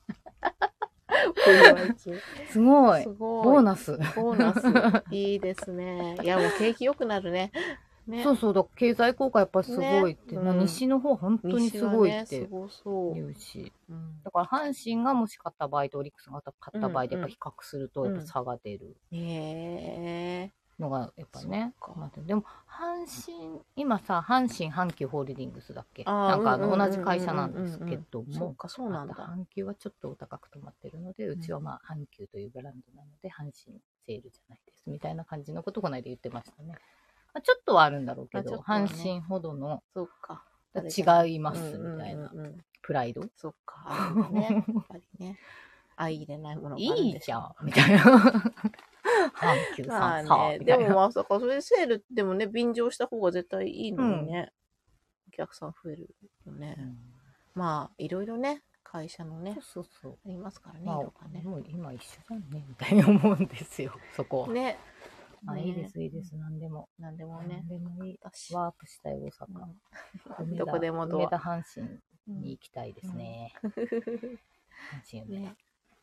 すごい。ボーナス。 いいですね。いや、もう景気良くなるね。 そうそうだ、経済効果やっぱりすごいって、西の方本当にすごいって言うし、だから阪神がもし勝った場合とオリックスが勝った場合でやっぱ比較するとやっぱ差が出る。 のがやっぱね。 そっかまあ、でも今さ阪神阪急ホールディングスだっけ、 あーなんかうんうんうんうんうん同じ会社なんですけども、 そうか、そうなんだ。 阪急はちょっとお高く止まってるので、うちはまあ阪急というブランドなので阪神セールじゃないですみたいな感じのことをこの間言ってましたね。まあ、ちょっとはあるんだろうけど、 まあちょっとはね阪神ほどのそうか。 違いますみたいなうんうんうんうんプライド。 そっか。あるよね。やっぱりね。相入れないものがあるんいいでしょじゃんみたいな。阪急まあさんさ、 ね、でみたいな。 もまさか、それでセールでもね、便乗した方が絶対いいのにね。お客さん増えるよね。まあ、いろいろね、会社のね、 そうそうありますからね、 まあ色がね。 もう今一緒じゃんねみたいに思うんですよ、そこは。 ね。 あ、いいです、いいです、なんでも。 なんでもなんね。 でもいい。 私ワープしたい大阪。梅田どこでもドア梅田阪神に行きたいですね。阪神梅田。 ね。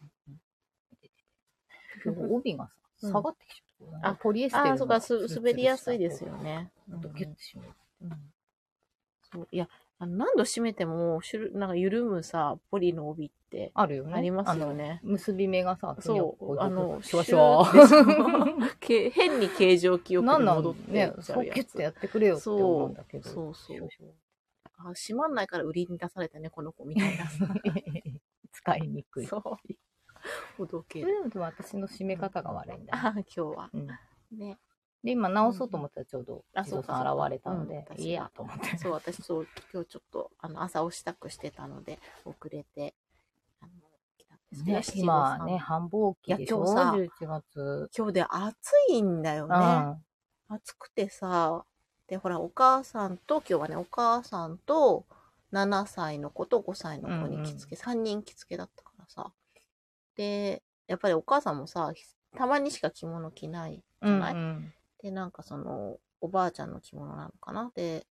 今日帯がさ、 うん下がってきちゃった。 あポリエステルのああ、そうか、滑りやすいですよね。 あとギュッと締める。 そういや、何度締めても、なんか緩むさ、ポリの帯ってあるよね。 ありますよね。 結び目がさ、 そう、 シュワシュワ。 変に形状記憶になん戻ってね、そうキュッてやってくれよって思うんだけど。 そう。閉まんないから売りに出されたね、この子みたいな。 使いにくい。 そう。ほどける。 でも私の締め方が悪いんだよ。 今日は。ね。 で、今直そうと思ったらちょうど、地蔵さん現れたので、 いいやと思って。 そう、私、今日ちょっと、朝押したくしてたので、遅れて、来たんですけど、 今ね、繁忙期でしょ、 今日さ、 11月。 今日で暑いんだよね。暑くてさ、で、ほら、お母さんと、今日はね、お母さんと、7歳の子と5歳の子に着付け、3人着付けだったからさ。で、やっぱりお母さんもさ、たまにしか着物着ないじゃない、で、なんかおばあちゃんの着物なのかなで、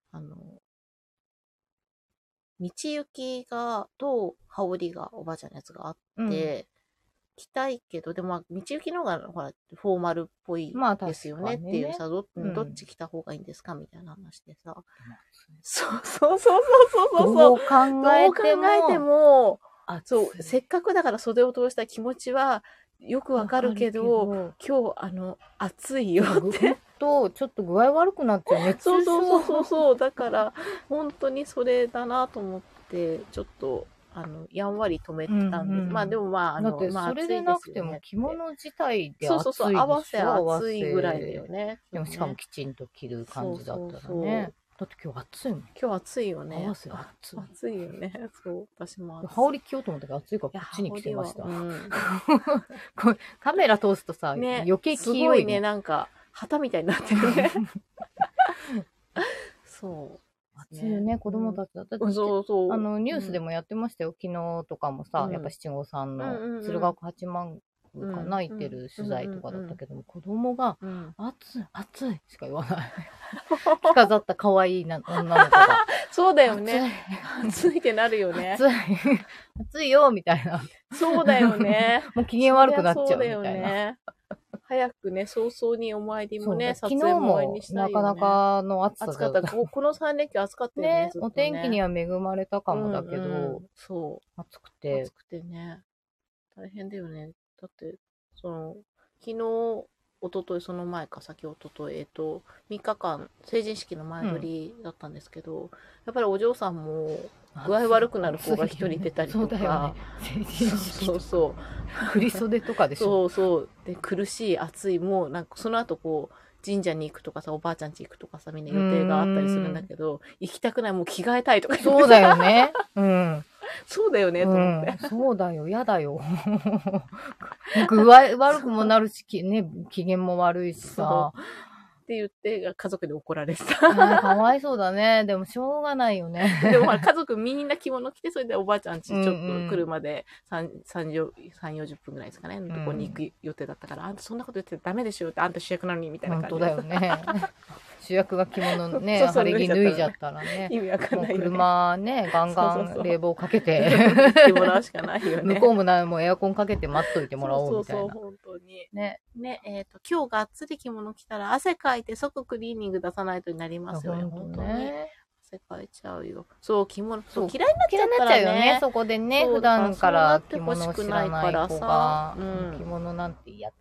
道行きと羽織がおばあちゃんのやつがあって、着たいけど、でも、道行きの方が、ほら、フォーマルっぽいですよねっていうさ、どっち着た方がいいんですかみたいな話でさ。そう。 どう考えても、 そう、せっかくだから袖を通した気持ちはよくわかるけど、今日、暑いよって。 ちょっと具合悪くなっちゃうね。 そう。だから、本当にそれだなと思って、ちょっと、やんわり止めてたんです。まあでもまあ、 だってそれでなくても着物自体で暑いでしょ。 合わせ暑いぐらいだよね。 でもしかもきちんと着る感じだったらね。だって今日暑いもん。 今日暑いよね。 合わせ暑いよね。そう、私も暑い。 羽織着ようと思ったけど暑いからこっちに着てました。カメラ通すとさ、余計すごいね、なんか、旗みたいになってるね。そう。 暑いよね、子供たちだった。ニュースでもやってましたよ。昨日とかもさ、やっぱ七五三の鶴岡八幡宮が泣いてる取材とかだったけども、子供が、暑いしか言わない。着飾った可愛い女の子が。 そうだよね。暑いってなるよね。 暑いよ、みたいな。 そうだよね。 もう機嫌悪くなっちゃうみたいな。 そうだよね。早くね、早々にお参りもね、 撮影も終わりにしたいよね。なかなかの暑さだった。この3連休暑かったよね。 お天気には恵まれたかもだけど、 そう。 暑くてね。大変だよね。だって、昨日、一昨日その前か、一昨日3日間、成人式の前撮りだったんですけど、やっぱりお嬢さんも、具合悪くなる子が一人出たりとか、そう。 振り袖とかでしょ。 そう。で、苦しい、暑い、もう、なんかその後こう、神社に行くとかさ、おばあちゃん家行くとかさ、みんな予定があったりするんだけど、行きたくない、もう着替えたいとか言って。 そうだよね。 そうだよね、と思って。 そうだよ、やだよ。具合悪くもなるし、ね、機嫌も悪いしさ。 って言って、家族で怒られてた。 かわいそうだね。でもしょうがないよね。 でも家族みんな着物着て、それでおばあちゃん家ちょっと来るまで3、40分ぐらいですかね。のとこに行く予定だったから、あんたそんなこと言ってダメでしょって、あんた主役なのにみたいな感じで。 本当だよね。主役が着物ね、晴れ着脱いじゃったらね。 意味わかんないよね。 車ね、ガンガン冷房かけて。 着てもらうしかないよね。 向こうもエアコンかけて待っといてもらおうみたいな。 そう、本当に。ね、今日がっつり着物着たら汗かいて即クリーニング出さないとになりますよね。本当に。汗かいちゃうよ。そう、着物、嫌いになっちゃったらね。よね、 そこでね、普段から着物を知らない子が、着物なんて嫌だ。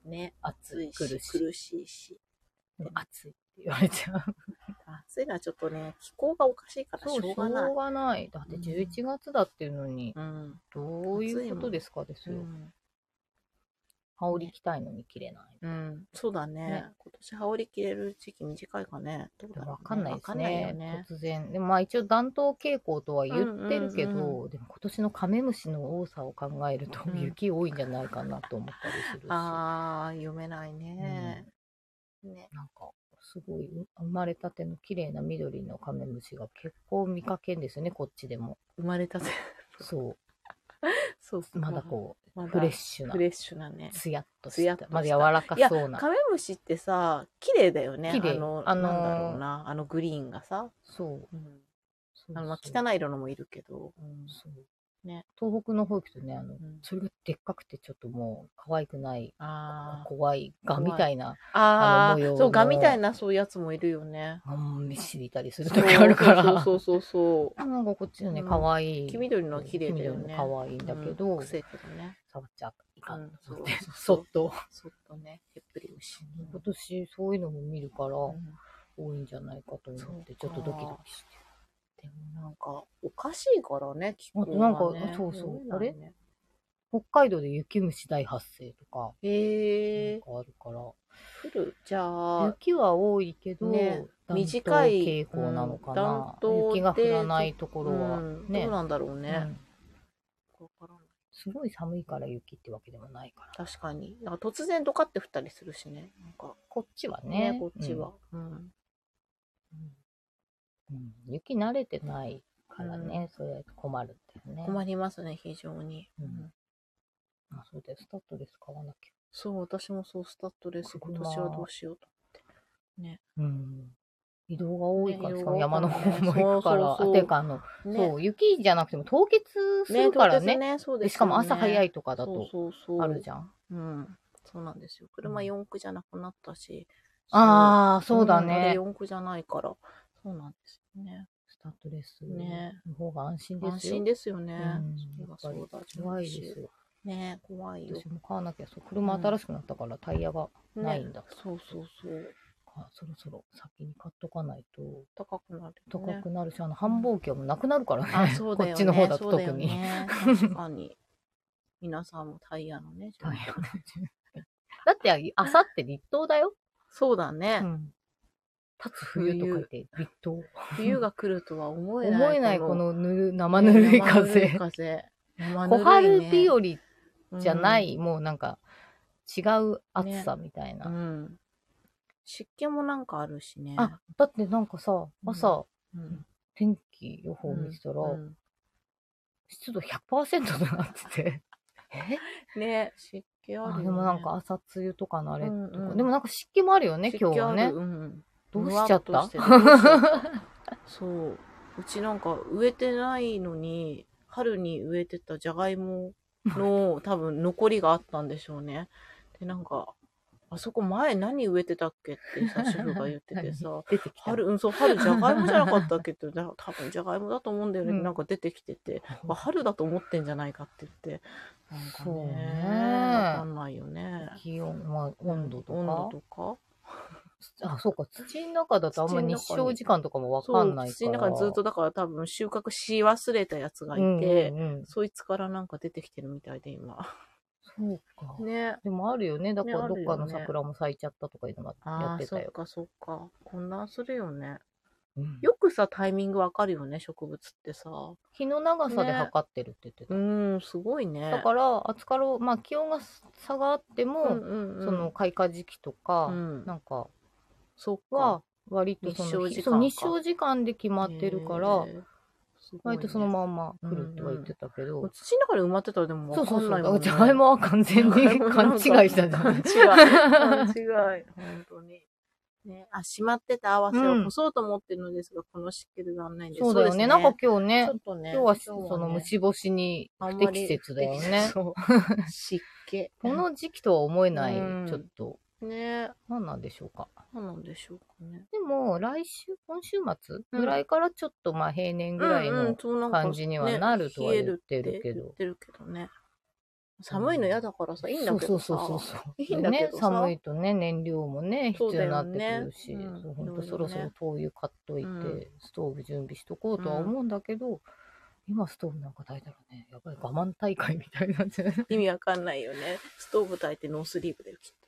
ね。 暑い、 苦しいし。 でも暑いって言われちゃう。 暑いのはちょっとね、気候がおかしいからしそう、しょょうがない。 うがない。だって11月だっていうのに、 うん。 どういうことですかですよ。羽織着たいのに着れない。 うん。そうだね。今年羽織着れる時期短いかね。どうだろうね。 わかんないですわかんないよね。 ね。 突然。でもまあ一応暖冬傾向とは言ってるけど、 うんでも今年のカメムシの多さを考えると、雪多いんじゃないかなと思ったりするし。 ああ、読めないね。 ね。なんか、すごい生まれたての綺麗な緑のカメムシが結構見かけんですよね、こっちでも。 生まれたて。 そう。 そうまだこう、フレッシュなね。ツヤっとした。まだ柔らかそうな。 カメムシってさ、綺麗だよね。 綺麗。 なんだろうな。グリーンがさ。 そう。 汚い色のもいるけど。 そう。 ね。 東北の方行くとね、それがでっかくてちょっともう可愛くない、怖いガみたいな、模様の。 そう、ガみたいなそういうやつもいるよね。 めっしりいたりする時あるから。 そう。 なんかこっちのね、可愛い。 黄緑の綺麗だよね。 可愛いんだけど、 癖けどね。 触っちゃいかん。 そっとね、へっぷり虫。 今年そういうのも見るから、多いんじゃないかと思って、ちょっとドキドキして。 でもなんか、おかしいからね、気候がね。 なんか、そうそう。あれ北海道で雪虫大発生とか。なんかあるから。 降るじゃあ。 雪は多いけど、 短い傾向なのかな。雪が降らないところは。 どうなんだろうね。 すごい寒いから雪ってわけでもないから。 確かに。なんか突然ドカって降ったりするしね。なんかこっちはね。 こっちは。 雪慣れてないからね、それ困るんだよね。 困りますね、非常に。 そうだよ、スタッドレス買わなきゃ。 そう、私もそう、スタッドレス、今年はどうしようと思って。ね。 移動が多いから、しかも山の方も行くから。てか、そう、雪じゃなくても凍結するからね。しかも朝早いとかだとあるじゃん。 そうなんですよ。車四駆じゃなくなったし。 ああ、そうだね。 四駆じゃないから。そうなんですよね。 スタッドレスの方が安心ですよ。 安心ですよね。 怖いですよ。 ね、怖いよ。 私も買わなきゃ。車新しくなったからタイヤがないんだ。 そう。 そろそろ先に買っとかないと高くなる。 高くなるし、繁忙期はもうなくなるからね。 こっちの方だと特に。 確かに。皆さんもタイヤのね。 タイヤのだって、あさって立冬だよ。 そうだね。 立つ冬と書いて立冬。 冬が来るとは思えない。 思えないこの生ぬるい風。小春日和じゃない、もうなんか違う暑さみたいな。 湿気もなんかあるしね。 だってなんかさ、朝、天気予報見てたら、湿度 100% となってて。 ね、湿気あるよね。 でもなんか朝露とかのあれとか。でもなんか湿気もあるよね、今日はね。どうしちゃったそう。うちなんか植えてないのに、春に植えてたじゃがいもの多分残りがあったんでしょうね。で、なんか、あそこ前何植えてたっけってさ、主婦が言っててさ、春じゃがいもじゃなかったっけって、多分じゃがいもだと思うんだよね。なんか出てきてて、春だと思ってんじゃないかって言って、なんかね、わかんないよね。 気温、温度とかそうか、土の中だとあんま日照時間とかもわかんないから。 土の中ずっとだから多分収穫し忘れたやつがいて、そいつからなんか出てきてるみたいで今。 そうか。 ね。 でもあるよね。だからどっかの桜も咲いちゃったとかいうのがやってたよ。 そっか。混乱するよね。よくさ、タイミングわかるよね、植物ってさ。 日の長さで測ってるって言ってた。 すごいね。 だから、気温が差があっても、その開花時期とか、なんか、は、割とその日照時間で決まってるから、割とそのまんま来るっては言ってたけど。 土の中で埋まってたらでもわかんないもんね。 じゃがいもは完全に勘違いしたじゃん。 勘違い。本当に。ね、しまってた合わせを干そうと思ってるのですが、この湿気で残念です。 そうだよね。なんか今日ね、今日はその虫干しに不適切だよね。 湿気。 この時期とは思えない、ちょっと。 ね、 何なんでしょうか。 何なんでしょうかね。 でも、今週末ぐらいからちょっと平年ぐらいの感じにはなるとは言ってるけど。 言ってるけどね。 寒いの嫌だからさ、いいんだけどさ。いいんだけどさ。 寒いとね、燃料もね、必要になってくるし、ほんとそろそろ灯油買っといて、ストーブ準備しとこうとは思うんだけど、今ストーブなんか炊いたらね、やっぱり我慢大会みたいになっちゃう。 意味わかんないよね。ストーブ炊いてノースリーブできっと。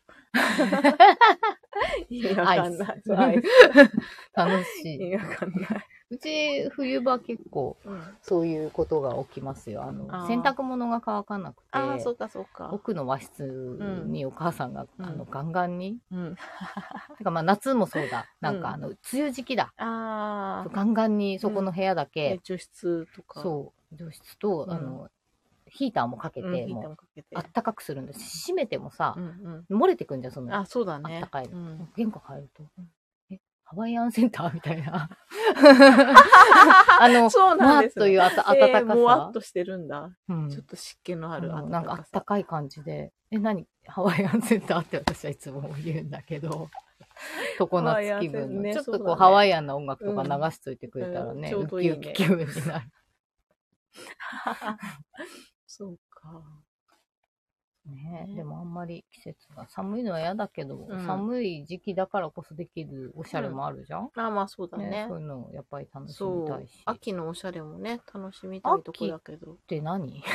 意味わかんない。 楽しい。 意味わかんない。 うち、冬場結構、そういうことが起きますよ。洗濯物が乾かなくて、 そうかそうか。 奥の和室にお母さんが、ガンガンに、てかまあ夏もそうだ。なんか梅雨時期だ。ガンガンにそこの部屋だけ、 除湿とか。 そう、除湿と、ヒーターもかけて、もう、あったかくするんです。閉めてもさ、漏れてくんじゃん、その、 そうだね。 あったかいの。玄関入ると、ハワイアンセンターみたいな。 そうなんですね。 という暖かさ。 もわっとしてるんだ。ちょっと湿気のある暖かさ。 なんかあったかい感じで、何ハワイアンセンターって私はいつも言うんだけど、常夏気分の。ちょっとこう、ハワイアンな音楽とか流しといてくれたらね、ウキウキ気分になる。 そうか。 ね、でもあんまり季節が寒いのは嫌だけど、寒い時期だからこそできるおしゃれもあるじゃん。 まあそうだね。 そういうのをやっぱり楽しみたいし。 秋のおしゃれもね、楽しみたいとこだけど。 秋って何？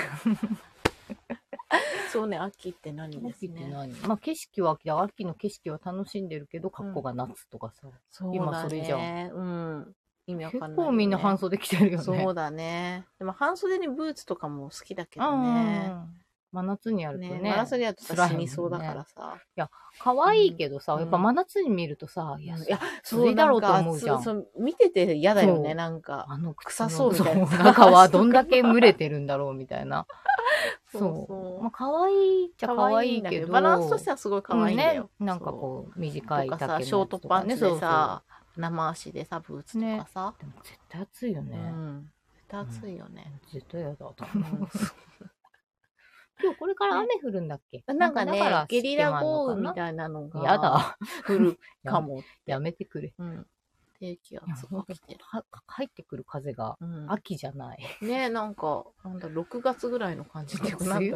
そうね、秋って何ですね。 秋って何？まあ景色は秋の景色は楽しんでるけど、格好が夏とかさ。今それじゃん。 意味わかんない、 結構みんな半袖着てるよね。 そうだね。でも半袖にブーツとかも好きだけどね。 真夏にやるとね。 真夏にやると死にそうだからさ。 いや、可愛いけどさ、やっぱ真夏に見るとさ、いや、そうだろうと思うじゃん。 見てて嫌だよね、なんか。臭そうみたいな。 中はどんだけ蒸れてるんだろうみたいな。そう。まあ、可愛いっちゃ可愛いけど。 バランスとしてはすごい可愛いんだよ。 なんかこう、短い丈のやつとかね。 ショートパンツでさ、生足でさ、ブーツとかさ。 でも絶対暑いよね。 絶対暑いよね。 絶対嫌だと思う。今日これから雨降るんだっけ？ なんかね、ゲリラ豪雨みたいなのが。 やだ。 降るかも。 やめてくれ。 低気圧が来てる。 入ってくる風が秋じゃない。 ね、なんか、6月ぐらいの感じでなったね。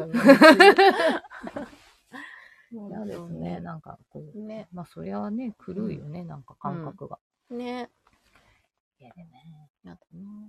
嫌ですね。なんかこう。ね。まあそりゃね、狂うよね、なんか感覚が。 ね。 嫌だね。 やだな。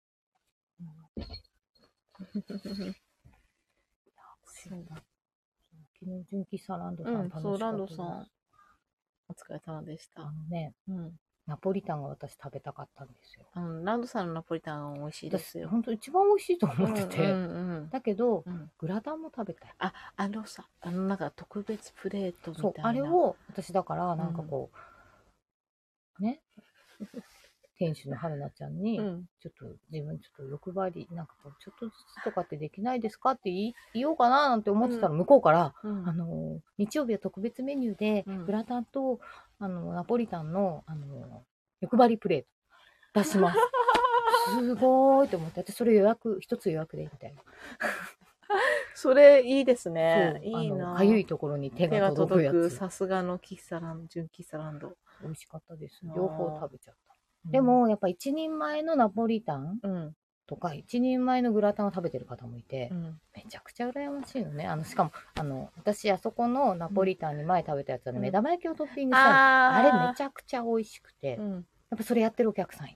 そうだ。昨日、純喫茶ランドさん楽しかった。 そう、ランドさん。お疲れ様でした。 ナポリタンが私食べたかったんですよ。 ランドさんのナポリタン美味しいですよ。 本当一番美味しいと思ってて。だけど、グラタンも食べたい。 なんか特別プレートみたいな。 そう、あれを、私だから、なんかこう、ね。店主の春菜ちゃんに、ちょっと自分ちょっと欲張り、なんかこう、ちょっとずつとかってできないですかって言おうかななんて思ってたら、向こうから、日曜日は特別メニューで、グラタンと、ナポリタンの、欲張りプレート出します。すごーいと思って、私それ一つ予約でみたいな。 それいいですね。いいな。 かゆいところに手が届くやつ。 さすがの純喫茶ランド。 美味しかったです。両方食べちゃった。でも、やっぱ一人前のナポリタンとか、一人前のグラタンを食べてる方もいて、めちゃくちゃ羨ましいのね。しかも、私、あそこのナポリタンに前食べたやつはね、目玉焼きをトッピングしたの。あれめちゃくちゃ美味しくて、やっぱそれやってるお客さんい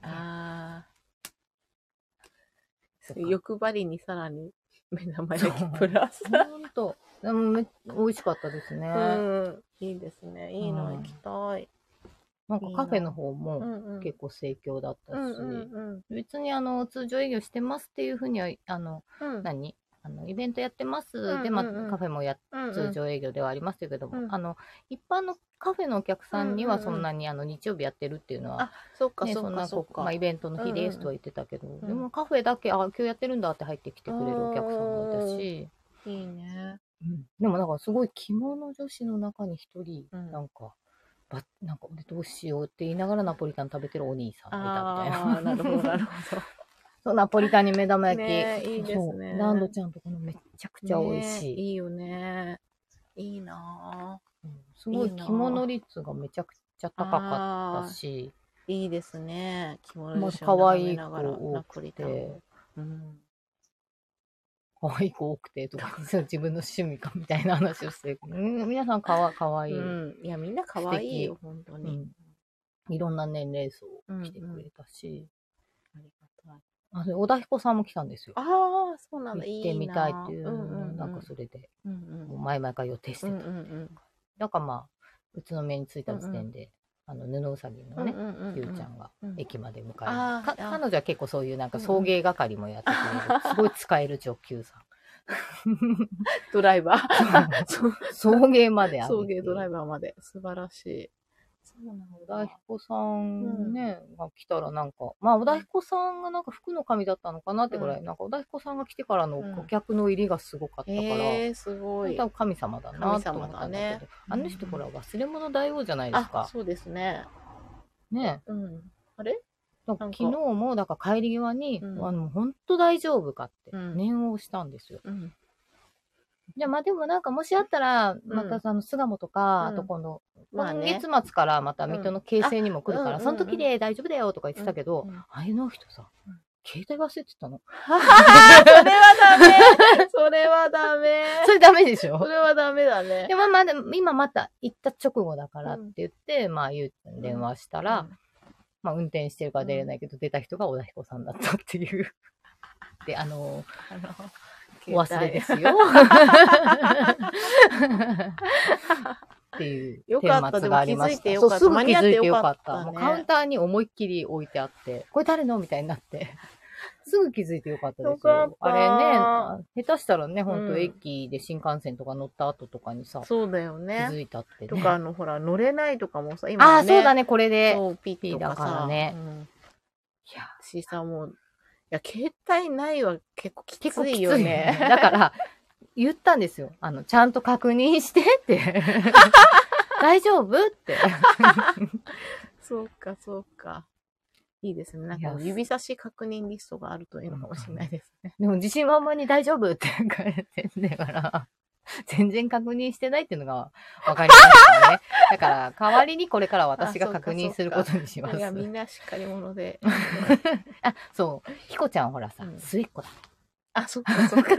て。 欲張りにさらに目玉焼きプラス。 ほんと。でも美味しかったですね。 いいですね。いいの行きたい。 なんかカフェの方も結構盛況だったし、別に通常営業してますっていうふうには、イベントやってます。で、まあ、カフェも通常営業ではありますけども、一般のカフェのお客さんにはそんなに日曜日やってるっていうのは、 そんなまあ、イベントの日ですとは言ってたけど、でもカフェだけ、今日やってるんだって入ってきてくれるお客さんもいたし、 いいね。 でもなんかすごい着物女子の中に一人、なんか俺どうしようって言いながらナポリタン食べてるお兄さんがいたみたいな。 なるほど、なるほど。 そう、ナポリタンに目玉焼き。 いいですね。 ランドちゃんとこのめちゃくちゃ美味しい。 いいよね。いいなぁ。 すごい着物率がめちゃくちゃ高かったし。 いいですね。着物率が可愛い子多くて。 可愛い子多くてとか、自分の趣味かみたいな話をしてる。皆さん可愛い。 いや、みんな可愛いよ、本当に。 いろんな年齢層来てくれたし。 ありがたい。 小田彦さんも来たんですよ。 ああ、そうなんだ。 行ってみたいっていう、なんかそれで、前々から予定してた。だからまあ、宇都宮に着いた時点で、布うさぎのね、ゆうちゃんが駅まで迎える。彼女は結構そういうなんか送迎係もやってくれる。すごい使える直球さん。 ドライバー。 送迎まである。 送迎ドライバーまで。素晴らしい。 そうなの。小田彦さんね、が来たらなんか、まあ小田彦さんがなんか福の神だったのかなってぐらい、なんか小田彦さんが来てからの顧客の入りがすごかったから、 すごい。 多分神様だなと思ったんだけど、あの人ほら忘れ物大王じゃないですか。 そうですね。 ね。 あれ昨日もだから帰り際に、本当大丈夫かって念をしたんですよ。じゃあまあでもなんかもしあったら、また巣鴨とか、あと今月末からまた水戸の京成にも来るから、その時で大丈夫だよとか言ってたけど、あれの人さ、携帯忘れてたの。 それはダメ。それはダメ。 それダメでしょ。 それはダメだね。 でも今また行った直後だからって言って、まあゆうちゃんに電話したら、まあ運転してるから出れないけど、出た人が小田彦さんだったっていう。で、お忘れですよ。っていう顛末がありました。そう、すぐ気づいてよかった。もうカウンターに思いっきり置いてあって、これ誰のみたいになって。すぐ気づいてよかったですよ。あれね、下手したらね、ほんと駅で新幹線とか乗った後とかにさ、 そうだよね。 気づいたってね。 とかほら、乗れないとかもさ、今ね。 そうだね、これで。 そう、ピッだからね。 いや、しさ、もう、いや、携帯ないは結構きついよね。 だから、言ったんですよ。ちゃんと確認してって。大丈夫って。 そうか、そうか。いいですね。なんか指差し確認リストがあるといいのかもしれないですね。 でも自信満々に大丈夫って書いてんだから、全然確認してないっていうのが分かりましたね。だから、代わりにこれから私が確認することにします。 いや、みんなしっかり者で。 そう。ひこちゃんほらさ、末っ子だ。 そっか、そっか。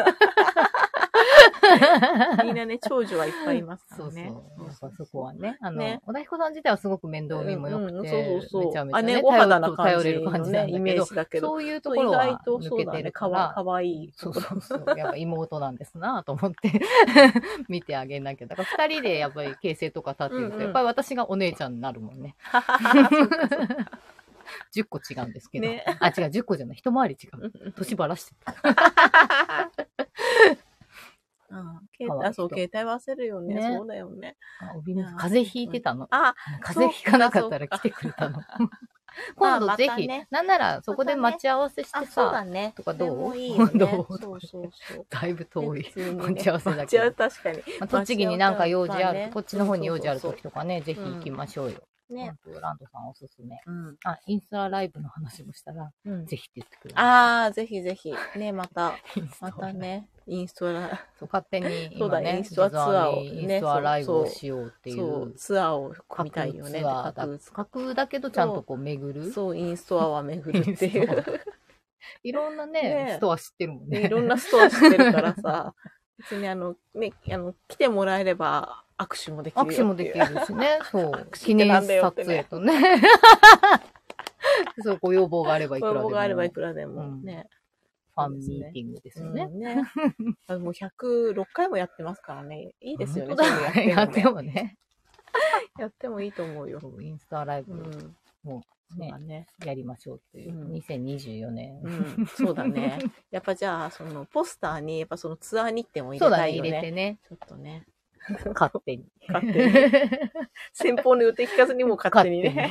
みんなね、長女はいっぱいいますからね。 そう。そこはね。小田彦さん自体はすごく面倒見も良くて、 めちゃめちゃね、お肌な頼れる感じなんイメージだけど、 そういうところは抜けてるから、 かわいい。 そう。やっぱ妹なんですなと思って見てあげなきゃ。だから二人でやっぱり形成とか立ってると、やっぱり私がお姉ちゃんになるもんね。10個違うんですけど。違う、10個じゃない。一回り違う。年ばらしてた。 そう、携帯忘れるよね。そうだよね。 風邪ひいてたの。風邪ひかなかったら来てくれたの。今度ぜひ、なんならそこで待ち合わせしてさ、とかどう？どう？だいぶ遠い。待ち合わせだけど。 確かに。 栃木になんか用事ある、こっちの方に用事ある時とかね、ぜひ行きましょうよ。ね。ランドさんおすすめ。インスタライブの話もしたら、ぜひって言ってくれる。ぜひぜひ。ね、またね、インストラ。 そう、勝手に今ね、インストアツアーをインストアライブをしようっていう。 そう、ツアーを組みたいよね。 架空だけどちゃんとこう巡る。 そう、インストアは巡るっていう。 いろんなね、ストア知ってるもんね。 いろんなストア知ってるからさ、別に来てもらえれば、握手もできる。 握手もできるしね。そう。記念撮影とね。そう、ご要望があればいくらでも。 ご要望があればいくらでもね。 ファンミーティングですよね。 もう106回もやってますからね。いいですよね。 やってもね。 やってもいいと思うよ。 インスタライブもね、やりましょうっていう。2024年。 そうだね。やっぱじゃあ、ポスターに、やっぱそのツアー日程も入れたいよね。 そうだね、入れてね。 ちょっとね。 勝手に。 先方の予定聞かずにも勝手にね。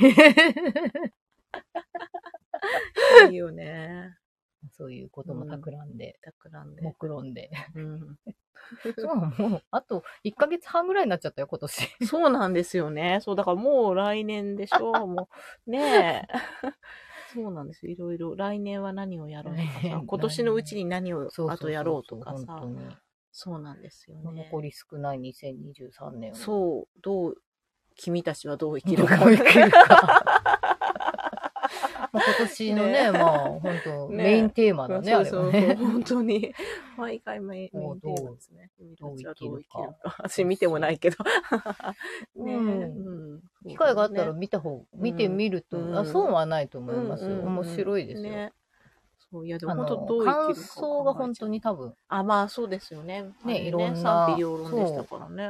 いいよね。 そういうことも企んで。 目論んで。そう、もう、あと1ヶ月半ぐらいになっちゃったよ、今年。 そうなんですよね。そう、だからもう来年でしょ。もう、ねえ。そうなんですよ。いろいろ。来年は何をやろうとかさ、今年のうちに何をあとやろうとかさ。そうなんですよね。 残り少ない2023年を。 そう。君たちはどう生きるか。 今年のね、まあ、本当メインテーマだね、あれはね。 本当に。毎回メインテーマですね。 どう生きるか。 私見てもないけど。 機会があったら見てみると、損はないと思いますよ。面白いですよ。 そう、いやでも本当どう感想が本当に多分。 まあそうですよね。 ね、いろんな。 賛否両論でしたからね。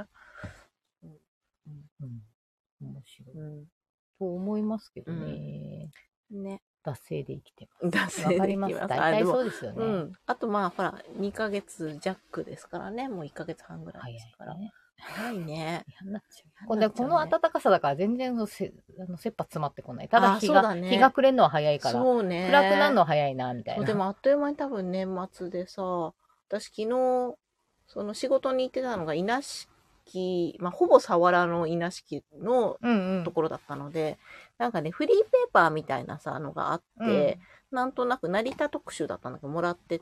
面白い。と思いますけどね。 ね。 惰性で生きてます。 惰性で生きてます。 大体そうですよね。 あとまあほら、2ヶ月弱ですからね。もう1ヶ月半ぐらいですから。早いね。 この暖かさだから全然切羽詰まってこない。ただ日が暮れるのは早いから。そうね。暗くなるのは早いな、みたいな。 でもあっという間に多分年末でさ、私昨日、その仕事に行ってたのが稲敷、まあほぼ佐原の稲敷のところだったので、なんかね、フリーペーパーみたいなさ、のがあって、なんとなく成田特集だったんだけど、もらってって、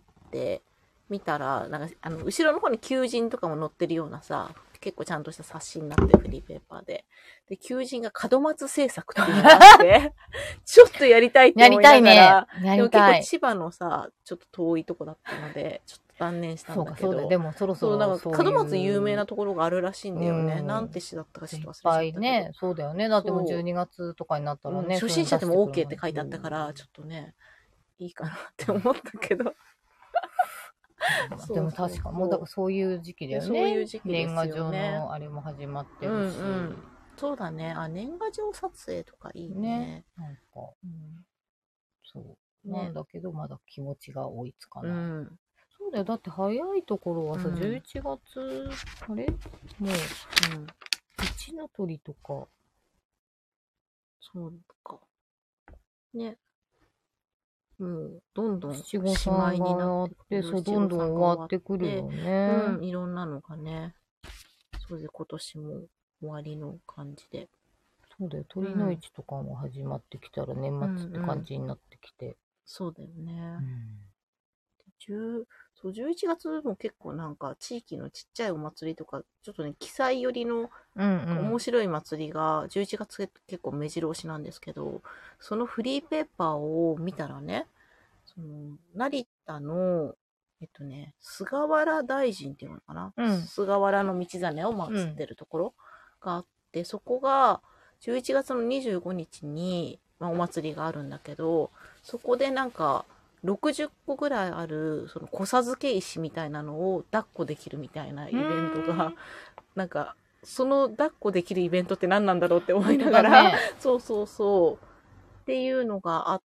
見たら、なんか、後ろの方に求人とかも載ってるようなさ、結構ちゃんとした冊子になってフリーペーパーで。で、求人が門松製作っていうのがあって、ちょっとやりたいって思いながら、やりたいね。でも結構千葉のさ、ちょっと遠いとこだったので、ちょっと断念したんだけど。 そうだ、でもそろそろ。 なんか門松有名なところがあるらしいんだよね。なんて市だったかちょっと忘れちゃったけど。いっぱいね、そうだよね。だってもう12月とかになったらね。 初心者でも OK って書いてあったから、ちょっとね、いいかなって思ったけど。 でも確か、もうだからそういう時期だよね。そういう時期ですよね。年賀状のあれも始まってるし。 そうだね。年賀状撮影とかいいね。 なんか、そう。なんだけど、まだ気持ちが追いつかない。そうだよ。だって早いところはさ、11月、あれもう、一の鳥とか。 そうか。ね。どんどん七五三がやって、そう、どんどん終わってくるよね。 いろんなのがね。そうで、今年も終わりの感じで。 そうだよ。鳥の市とかも始まってきたら年末って感じになってきて。 そうだよね。11月も結構なんか地域のちっちゃいお祭りとか、ちょっとね、記載寄りの面白い祭りが11月結構目白押しなんですけど、そのフリーペーパーを見たらね、その成田の、菅原大臣っていうのかな、菅原の道真を祀ってるところがあって、そこが11月の25日に、お祭りがあるんだけど、そこでなんか、60個ぐらいある、その、子授け石みたいなのを抱っこできるみたいなイベントが、なんか、その抱っこできるイベントって何なんだろうって思いながら、そう。っていうのがあって、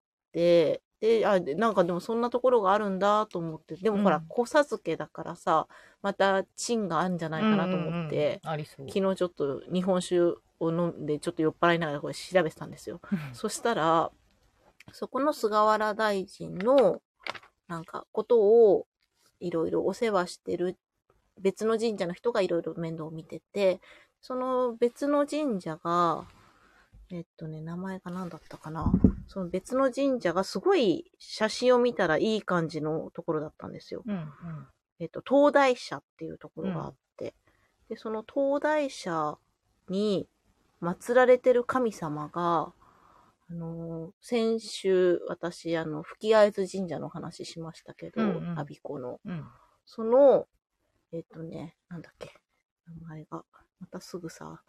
で、なんかでもそんなところがあるんだと思って、でもほら、子授けだからさ、また賃があるんじゃないかなと思って、昨日ちょっと日本酒を飲んでちょっと酔っ払いながらこれ調べてたんですよ。そしたら、そこの菅原大臣の、なんか、ことを、いろいろお世話してる、別の神社の人がいろいろ面倒を見てて、その別の神社が、名前が何だったかな。その別の神社がすごい写真を見たらいい感じのところだったんですよ。東大社っていうところがあって、で、その東大社に祀られてる神様が、先週、私、吹会津神社の話しましたけど、我孫子の。その、なんだっけ、名前が、またすぐさ、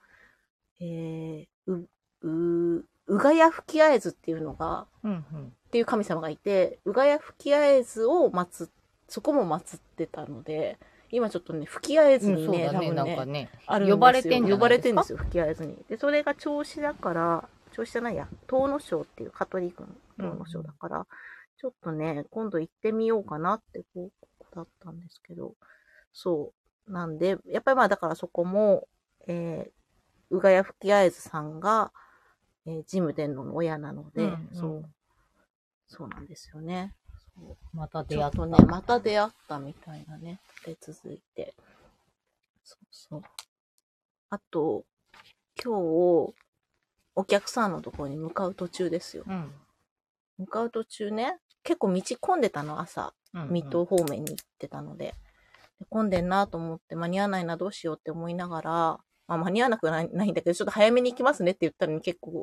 うがや吹会津っていうのが、っていう神様がいて、うがや吹会津をそこも祀ってたので、今ちょっとね、吹会津にね、多分ね、あるんですよ。呼ばれてんですよ、吹会津に。で、それが銚子だから、銚子じゃないや、東野省っていうカトリックの東野省だから、ちょっとね、今度行ってみようかなって報告だったんですけど、そう。なんで、やっぱりまあだからそこも、うがや吹会津さんが、神武天皇の親なので、そうなんですよね。 また出会った。 ね、また出会ったみたいなね。で、続いて。そう。あと、今日、お客さんのところに向かう途中ですよ。向かう途中ね、結構道混んでたの、朝。水戸方面に行ってたので。混んでんなと思って間に合わないな、どうしようって思いながら、間に合わなくないんだけど、ちょっと早めに行きますねって言ったのに結構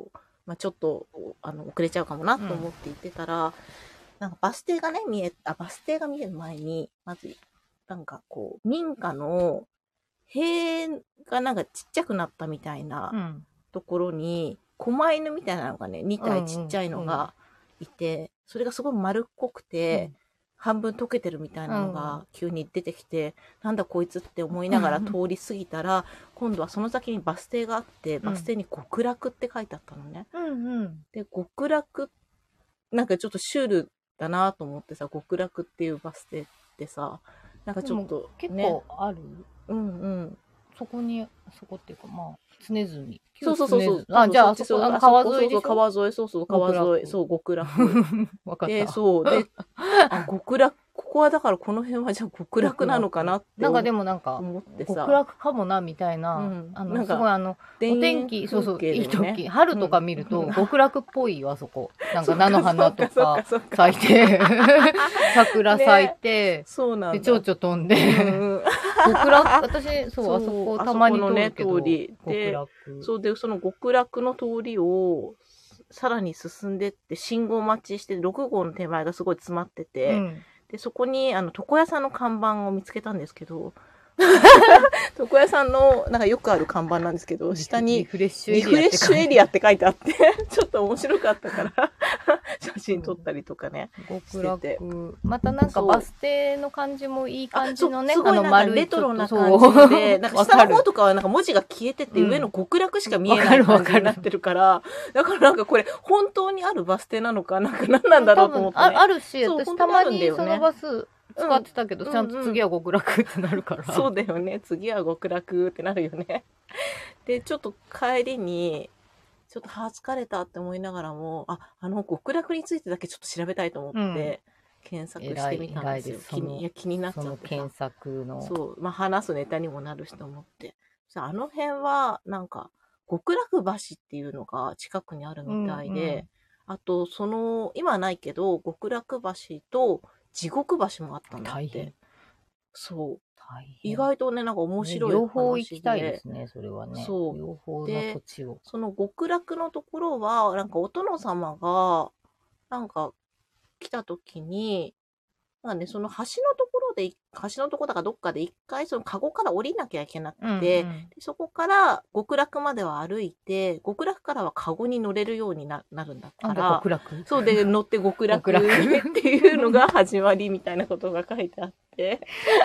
まあ、ちょっと遅れちゃうかもなと思って行ってたら、なんかバス停が見える前に、まず、なんかこう、民家の塀がなんかちっちゃくなったみたいなところに、狛犬みたいなのがね、2体ちっちゃいのがいて、それがすごい丸っこくて、半分溶けてるみたいなのが急に出てきて、なんだこいつって思いながら通り過ぎたら、今度はその先にバス停があって、バス停に極楽って書いてあったのね。で、極楽、なんかちょっとシュールだなと思ってさ、極楽っていうバス停ってさ、なんかちょっと、 結構ある。そこっていうか、まあ、常住。 そう。 あ、じゃあ、あそこ、川沿いでしょ？ 川沿い、川沿い、そう、極楽。 わかった。 で、そう、で、極楽、ここはだからこの辺はじゃあ極楽なのかなってなんかでもなんか、 思ってさ。 極楽かもな、みたいな。すごいお天気、いい時、春とか見ると、極楽っぽいよ、あそこ。なんか菜の花とか咲いて、桜咲いて、 そうなんだ。 で、蝶々飛んで、極楽、私、そう、あそこたまに通るけど、極楽。 そうで、その極楽の通りを、さらに進んでって、信号待ちして、6号の手前がすごい詰まってて、で、そこに、床屋さんの看板を見つけたんですけど、床屋さんの、なんかよくある看板なんですけど、下に、 リフレッシュエリアって書いてあって、ちょっと面白かったから、写真撮ったりとかね。 極楽。またなんかバス停の感じもいい感じのね、 すごいなんかレトロな感じで、なんか下の方とかはなんか文字が消えてて、上の極楽しか見えない感じになってるから、だからなんかこれ、本当にあるバス停なのか、なんか何なんだろうと思って。 あるし、私たまにそのバス、使ってたけど、ちゃんと次は極楽ってなるから。 そうだよね。次は極楽ってなるよね。で、ちょっと帰りに、ちょっと疲れたって思いながらも、極楽についてだけちょっと調べたいと思って、検索してみたんですよ。気になっちゃって。その検索の。 そう。まあ、話すネタにもなるしと思って。あの辺は、なんか、極楽橋っていうのが近くにあるみたいで、あと、今はないけど、極楽橋と、地獄橋もあったんだって。そう。意外とね、なんか面白い話で。 両方行きたいですね、それはね。 そう。 両方の土地を。 その極楽のところは、なんかお殿様が、なんか来た時に、まあね、その橋のところだかどっかで一回そのカゴから降りなきゃいけなくて、でそこから極楽までは歩いて、極楽からはカゴに乗れるようになるんだから、 極楽そうで乗って極楽っていうのが始まりみたいなことが書いてあって。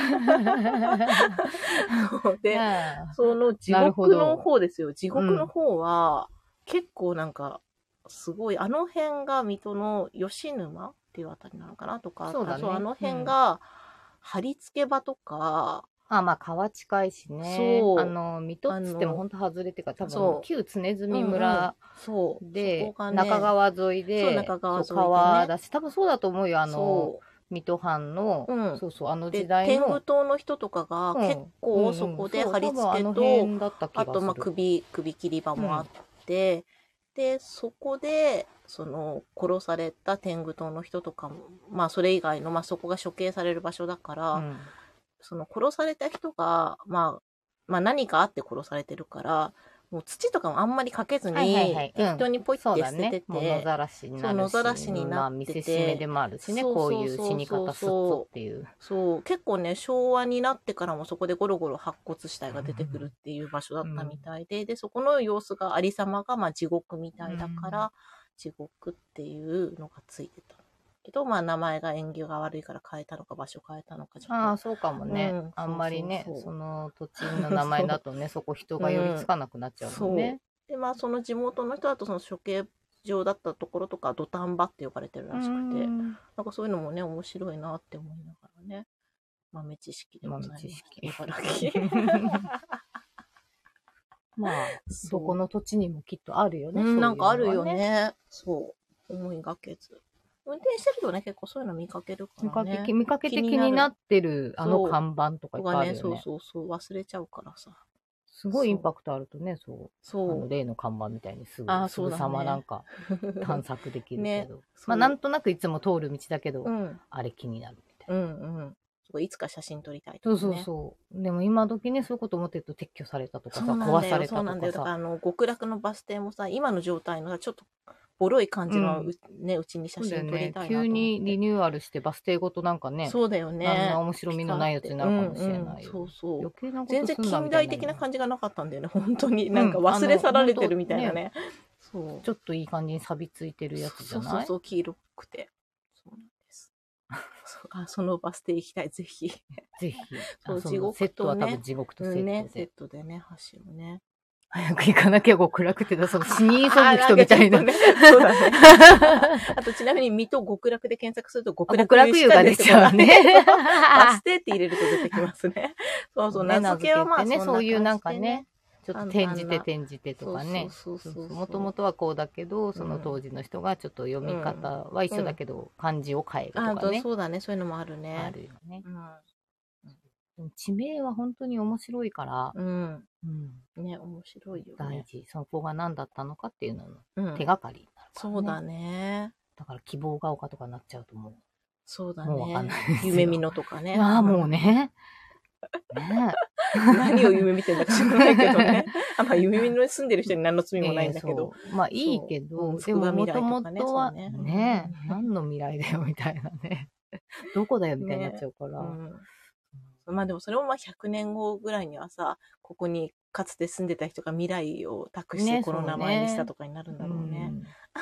で、その地獄の方ですよ。地獄の方は、結構なんか、すごい、あの辺が水戸の吉沼っていうあたりなのかなとか、 そうだね、 あの辺が、貼り付け場とか、 まあ川近いしね。そう。水戸っつっても本当外れてか、多分、旧常住村で、中川沿いで、 中川沿いで、 川だし、多分そうだと思うよ、水戸藩の、そうそう、あの時代の。 天狗党の人とかが結構そこで貼り付けと、あと、まあ、首切り場もあって、で、そこで、殺された天狗党の人とかも、まあ、それ以外の、まあ、そこが処刑される場所だから、殺された人が、まあ、何かあって殺されてるから、もう土とかもあんまりかけずに、適当にポイって捨ててて、 野ざらしになるし、 野ざらしになってて、 見せしめでもあるしね、こういう死に方すっぞっていう。 そう、結構ね、昭和になってからもそこでゴロゴロ白骨死体が出てくるっていう場所だったみたいで、で、そこの様子がありさまが、まあ、地獄みたいだから、地獄っていうのがついてた。けど、まあ、名前が縁起が悪いから変えたのか、場所変えたのか、ちょっと。 そうかもね。あんまりね、その土地の名前だとね、そこ人が寄りつかなくなっちゃうもんね。 で、まあ、その地元の人だと、その処刑場だったところとか、土壇場って呼ばれてるらしくて、なんかそういうのもね、面白いなって思いながらね。豆知識でございます。茨城。 まあ、どこの土地にもきっとあるよね。 なんかあるよね。そう。思いがけず。運転してるとね、結構そういうの見かけるからね。 見かけて気になってる看板とかいっぱいあるよね。 そう、忘れちゃうからさ。 すごいインパクトあるとね、例の看板みたいにすぐさまなんか探索できるけど。まあなんとなくいつも通る道だけど、あれ気になるみたいな。 すごいいつか写真撮りたいとかね。 そうそうそう。でも今時ね、そういうこと思ってると撤去されたとかさ、 そうなんだよ壊されたとそうなんだよ。 かさ。 だから極楽のバス停もさ、今の状態のさちょっとボロい感じのね、うちに写真撮りたいなと思って。 急にリニューアルしてバス停ごとなんかね、 そうだよね。 何の面白みのないやつになるかもしれないよ。 そうそう。 余計なこと全然すんな近みたいな。 代的な感じがなかったんだよね、本当に。なんか忘れ去られてるみたいなね。そう。 ちょっといい感じに錆びついてるやつじゃない？ そう、黄色くて。そうなんです。そのバス停行きたい、ぜひ。 ぜひ。 地獄とね。 セットは多分地獄とセットで。 ね、セットでね、橋をね。 早く行かなきゃ極楽って死に急ぐ人みたいな。 そうだね。あとちなみに水戸極楽で検索すると極楽湯が出ちゃうね。バス停って入れると出てきますね。そうそう、名付けはまあね、そういうなんかね、ちょっと転じてとかね。もともとはこうだけど、その当時の人がちょっと読み方は一緒だけど、漢字を変えるとかね。 そうだね、そういうのもあるね。 あるよね。地名は本当に面白いから、 ね、面白いよね。 大事。そこが何だったのかっていうのの手がかりになるからね。 そうだね。 だから希望が丘とかになっちゃうと思う。 そうだね。 もうわかんない。 夢見のとかね。 ああ、もうね。 何を夢見てんだか知らないけどね。まあ夢見の住んでる人に何の罪もないんだけど。 まあいいけど、でももともとはね、何の未来だよみたいなね。どこだよみたいになっちゃうから。 まあでもそれもまあ100年後ぐらいにはさ、ここにかつて住んでた人が未来を託してこの名前にしたとかになるんだろうね。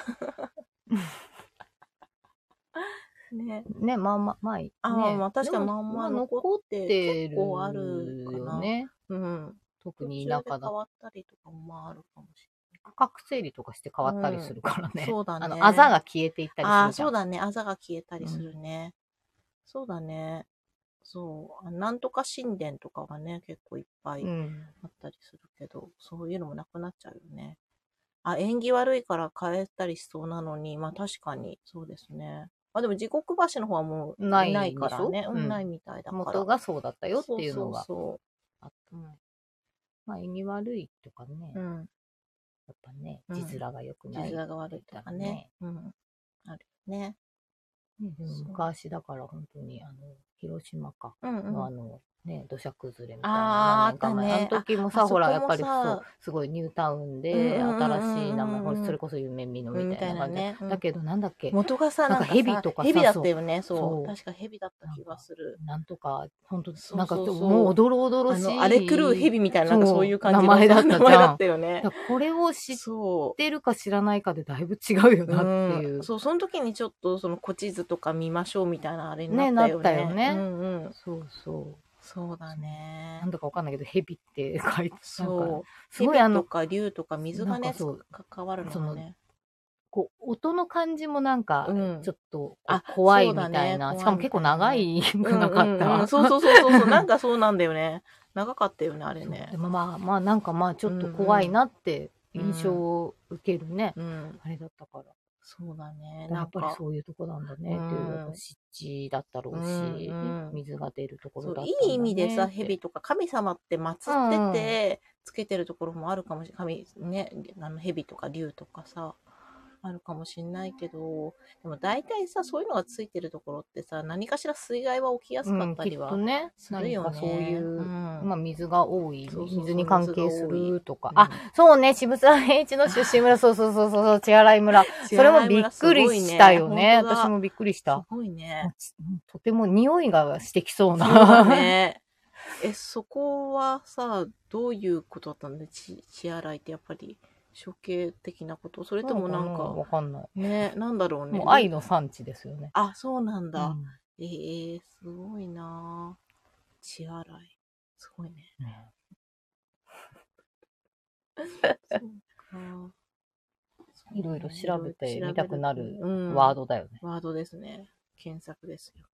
ね、まあまあ、ね。 まあ確かにまあまあ残ってる結構あるよね。特に田舎だ。 変わったりとかもまああるかもしれない。 区画整理とかして変わったりするからね。 そうだね。 あざが消えていったりするじゃん。 そうだね。あざが消えたりするね。そうだね。そう。なんとか神殿とかがね、結構いっぱいあったりするけど、そういうのもなくなっちゃうよね。縁起悪いから変えたりしそうなのに、まあ確かにそうですね。でも地獄橋の方はもうないからね。ないみたいだから。 元がそうだったよっていうのがあった。まあ縁起悪いとかね。やっぱね、字面が良くない。 字面が悪いとかね。あるね。 でも昔だから本当に広島かのね、土砂崩れみたいな。 あったね。 あの時もさ、ほら、やっぱりそう、すごいニュータウンで、新しい名前、それこそ夢見のみたいな感じ。だけど、なんだっけ。 元がさ、なんか蛇とかさ。蛇だったよね、そう。確か蛇だった気がする。 なんとか、本当なんか、もうおどろおどろしい。 あれ狂う蛇みたいな、なんかそういう感じの名前だったよね。 これを知ってるか知らないかでだいぶ違うよなっていう。 そう、その時にちょっと、古地図とか見ましょうみたいなあれになったよね。 なったよね。そうそう。 そうだね。 なんだかわかんないけど、蛇って書いて、 そう。すごい蛇とか竜とか水がね、関わるのがね。 こう、音の感じもなんか、ちょっと怖いみたいな。しかも結構長いくなかった。 そう。なんかそうなんだよね。長かったよね、あれね。 でもまあ、なんかまあ、ちょっと怖いなって印象を受けるね。あれだったから。 そうだね。 やっぱりそういうとこなんだねっていう。湿地だったろうし、水が出るところだったんだね。 いい意味でさ、蛇とか神様って祀ってて、つけてるところもあるかもしれない。蛇とか竜とかさ、あるかもしんないけど、でも大体さ、そういうのがついてるところってさ、何かしら水害は起きやすかったりはするよね。 そういう、まあ水が多い、水に関係するとか。そうね、渋沢栄一の出身村、そう、血洗村。それもびっくりしたよね。私もびっくりした。 すごいね。 とても匂いがしてきそうな。 そうだね。そこはさ、どういうことだったんだ、血洗いってやっぱり。処刑的なこと、それともなんかわかんない。 ね、なんだろうね。 もう愛の産地ですよね。 そうなんだ。すごいな。血洗い。すごいね。そうか。 いろいろ調べてみたくなるワードだよね。 ワードですね。検索ですよ。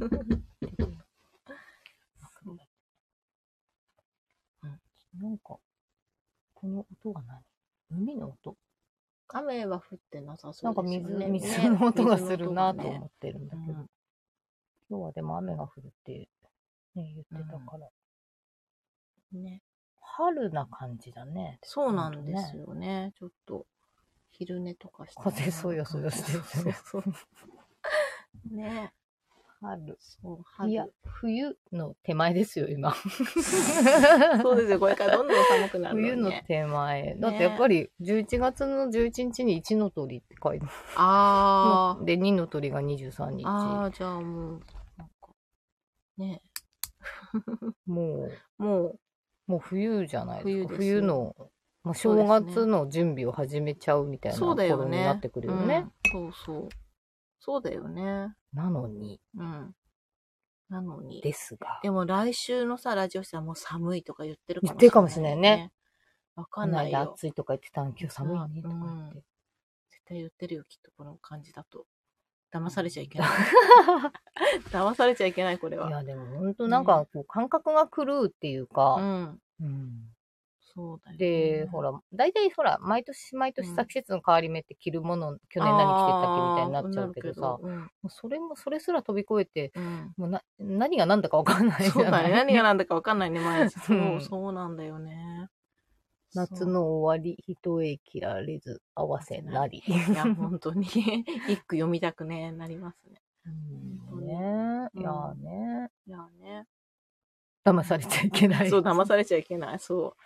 なんか、この音は何？海の音？ 雨は降ってなさそうですね。 なんか水の音がするなと思ってるんだけど。今日はでも雨が降るってね、言ってたから。 ね。 春な感じだね。 そうなんですよね。ちょっと、昼寝とかして。 風そよそよしてる。 ね。 春。 そう、春。 いや、冬の手前ですよ、今。 そうですよ、これからどんどん寒くなるの冬のね。 手前。だってやっぱり11月の11日に1の鳥って書いてあで、2の鳥が23日。 あ、じゃあもう、なんか、ね。 ももう冬じゃないですか。 冬ですよ冬の、まあ、正そうですね月の準備を始めちゃうみたいなそうだよね頃になってくるよね。 そうそう。そうだよね。 なのに、 なのに。 ですが。 でも来週のさ、ラジオさんもう寒いとか言ってるかもしれない、 言ってるかもしれないね。 わかんないよ。 この間暑いとか言ってたの、今日寒いねとか言って。 絶対言ってるよ、きっとこの感じだと。騙されちゃいけない。騙されちゃいけない、これは。 いや、でも本当なんかこう感覚が狂うっていうか、 そうだよね。 で、ほら、大体ほら、毎年毎年さ、季節の変わり目って着るもの、去年何着てたっけみたいになっちゃうけどさ、もうそれすら飛び越えて、もう何が何だかわかんないじゃない。 そうだね。何が何だかわかんないね、毎日。そうなんだよね。 夏の終わり、人へ切られず合わせなり。 いや、本当に。一句読みたくね、なりますね。 いやね。騙されちゃいけない。 そう、騙されちゃいけない。そう。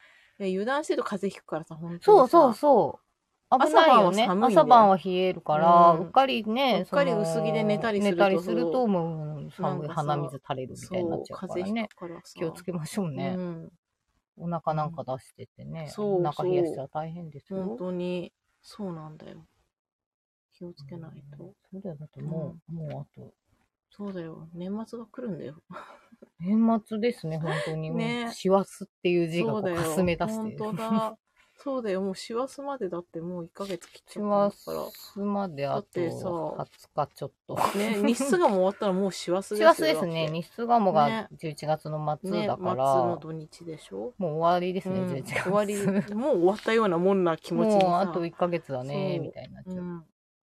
油断してると風邪ひくからさ、本当に。 そう危ないよね。朝晩は冷えるから、うっかりね、 うっかり薄着で寝たりすると、 もう寒い鼻水垂れるみたいになっちゃうからね。気をつけましょうね。お腹なんか出しててね。お腹冷やしたら大変ですよ。 本当に、そうなんだよ。気をつけないと。 そうだよ。だってもうあと。 そうだよ。年末が来るんだよ。 年末ですね、本当に。ね。師走っていう字がかすめ出してる。 本当だ。そうだよ。もう師走までだってもう1ヶ月切っちゃったから。 師走まであと20日ちょっと。 ね、日数がもう終わったらもう師走ですよ。師走ですね。日数がもが11月の末だから。 末の土日でしょ。 もう終わりですね、11月。 終わり。もう終わったようなもんな気持ちにさ。 もうあと1ヶ月だね、みたいになっちゃう。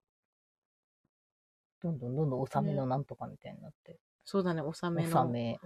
どんどん納めのなんとかみたいになって。 そうだね、納めの。 納め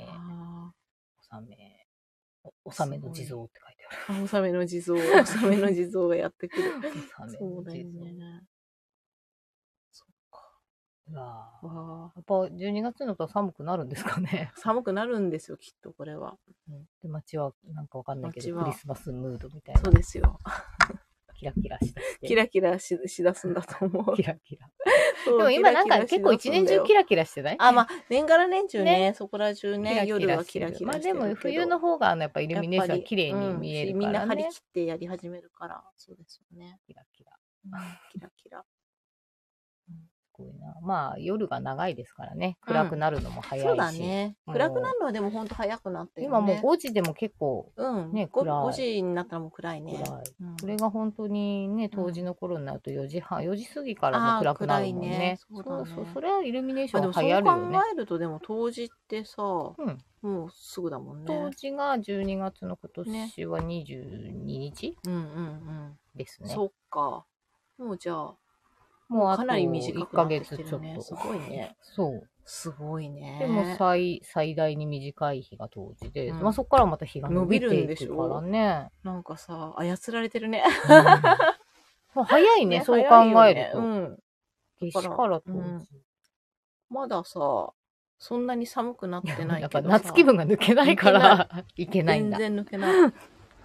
の地蔵って書いてある。 納めの地蔵がやってくる。そうだよね。そっか。 やっぱ12月になったら寒くなるんですかね。 寒くなるんですよ、きっとこれは。 で、街はなんかわかんないけど、クリスマスムードみたいな。 そうですよ。 キラキラして。 キラキラしだすんだと思う。 キラキラ。でも今なんか結構一年中キラキラしてない？ まあ、年がら年中ね、そこら中ね、夜はキラキラしてる。 まあでも冬の方がやっぱイルミネーションは綺麗に見えるからね。 みんな張り切ってやり始めるから、そうですよね。 キラキラ。 キラキラ。 すごいな。まあ夜が長いですからね。暗くなるのも早いし。 そうだね。暗くなるのはでもほんと早くなってるね。 今もう5時でも結構ね、 暗い。5時になったらもう暗いね。 これが本当にね、冬至の頃になると4時過ぎからも暗くなるもんね。そうそう、それはイルミネーションは流行るよね。 そう考えるとでも冬至ってさ、もうすぐだもんね。 冬至が12月の今年は22日ですね。 そっか。もうじゃあ、 もうかなり短くなってきてるね。 すごいね。 そう。 すごいね。 でも最大に短い日が冬至で、まあそこからまた日が伸びるんでしょからね。 なんかさ、操られてるね。 早いね、そう考えると。夏至から冬至。 まださ、そんなに寒くなってないけどさ。 夏気分が抜けないからいけないんだ。 全然抜けない。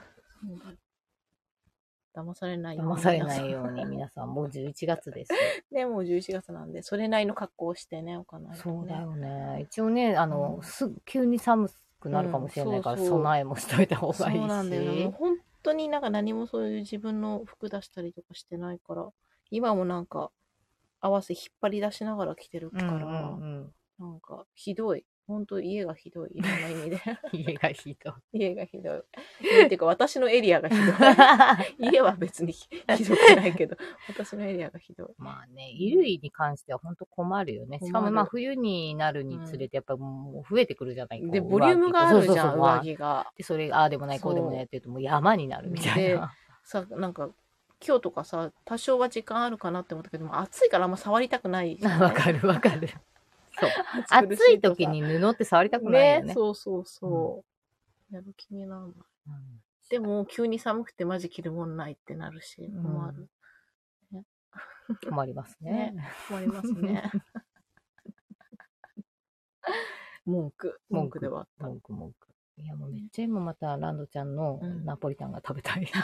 騙されないように。 騙されないように、皆さん、もう11月です。 ね、もう11月なんで、それなりの格好をしてね、おかないとね。 そうだよね。一応ね、急に寒くなるかもしれないから、備えもしといた方がいいし。 そうなんだよね。もう本当になんか何もそういう自分の服出したりとかしてないから、今もなんか、合わせ引っ張り出しながら着てるから、なんか、ひどい。本当家がひどい。いろんな意味で。 家がひどい。 家がひどい。っていうか、私のエリアがひどい。家は別にひどくないけど、私のエリアがひどい。 まあね、衣類に関しては本当困るよね。しかもまあ冬になるにつれてやっぱもう増えてくるじゃない。 で、ボリュームがあるじゃん、上着が。 で、それああでもない、こうでもないって言うともう山になるみたいな。 さ、なんか、今日とかさ、多少は時間あるかなって思ったけども、暑いからあんま触りたくない。 わかる。そう。暑い時に布って触りたくないよね。 ね、そう。やる気にならない。でも、急に寒くてマジ着るもんないってなるし、困る。 困りますね。 困りますね。 文句ではあった。 文句。いや、もうめっちゃ今またランドちゃんのナポリタンが食べたい。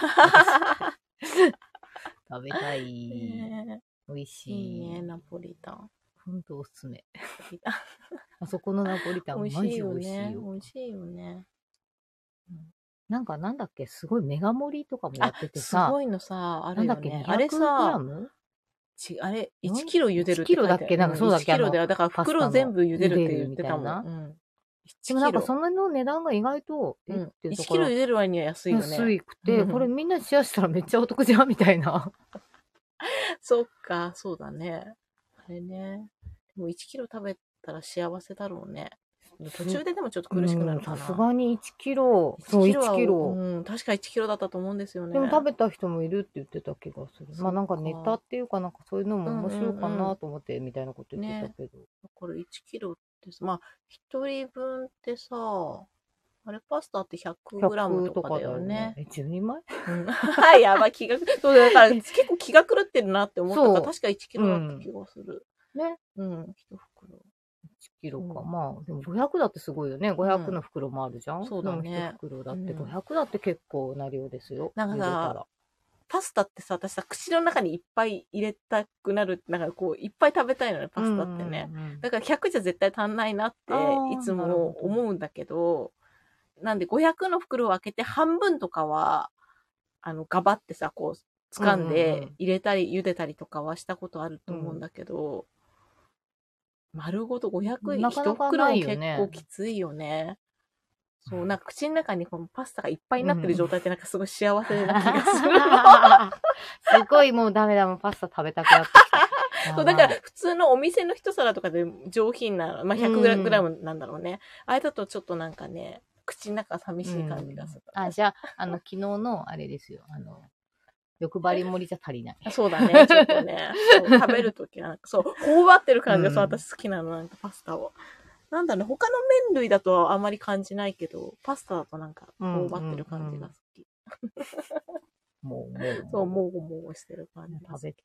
食べたい。美味しい。 いいね、ナポリタン。 ほんとおすすめ。あそこのナポリタンマジ美味しいよ。 美味しいよね。 なんかなんだっけ、すごいメガ盛りとかもやっててさ。 すごいのさ、あるよね。 あれさ、 あれ、1キロ茹でるって書いてある。 1キロだっけ、なんかそうだっけ。 1キロで、だから袋全部茹でるって言ってたもん。 でもなんかその値段が意外と、 1キロ茹でる割には安いよね。 安くて、これみんなでシェアしたらめっちゃお得じゃんみたいな。 そっか、そうだね。あれね。でも1キロ食べたら幸せだろうね。途中ででもちょっと苦しくなるかな。 さすがに1キロ。そう、1キロ。 確か1キロだったと思うんですよね。 でも食べた人もいるって言ってた気がする。まあなんかネタっていうかなんかそういうのも面白いかなと思ってみたいなこと言ってたけど。 だから1キロってさ、まあ1人分ってさ、あれパスタって100グラムとかだよね。 10人前？ はい、やばい、気が、そうだから結構気が狂ってるなって思ったから、確か1キロだった気がする。 ね。 1袋。 1キロか。まあ、でも500だってすごいよね。500の袋もあるじゃん。 そうだね。 1袋だって500だって結構な量ですよ。 なんかさ、パスタってさ、私さ、口の中にいっぱい入れたくなる。なんかこう、いっぱい食べたいのね、パスタってね。だから100じゃ絶対足んないなって、いつも思うんだけど、なんで500の袋を開けて半分とかは、ガバってさ、こう、掴んで入れたり茹でたりとかはしたことあると思うんだけど、丸ごと500円、一袋も結構きついよね。そう、なんか口の中にこのパスタがいっぱいになってる状態ってなんかすごい幸せな気がする。 すごいもうダメだ、もうパスタ食べたくなってきた。 そう、だから普通のお店の一皿とかで上品な、まあ、100グラムなんだろうね。あれだとちょっとなんかね、口の中寂しい感じがする。 じゃあ、昨日のあれですよ。欲張り盛りじゃ足りない。 そうだね、ちょっとね。食べるときはなんかそう、頬張ってる感じが私好きなの、なんかパスタを。なんだろう、他の麺類だとあんまり感じないけど、パスタだとなんか頬張ってる感じが好き。そう、もごもごしてる感じ。 食べたい。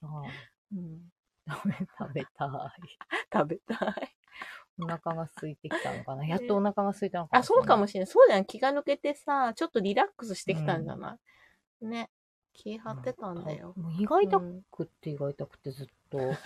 食べたい。 食べたい。 お腹が空いてきたのかな。やっとお腹が空いたのかな。 そうかもしれない。そうじゃん。気が抜けてさ、ちょっとリラックスしてきたんじゃない？ね。気張ってたんだよ。 胃が痛くってずっと。もう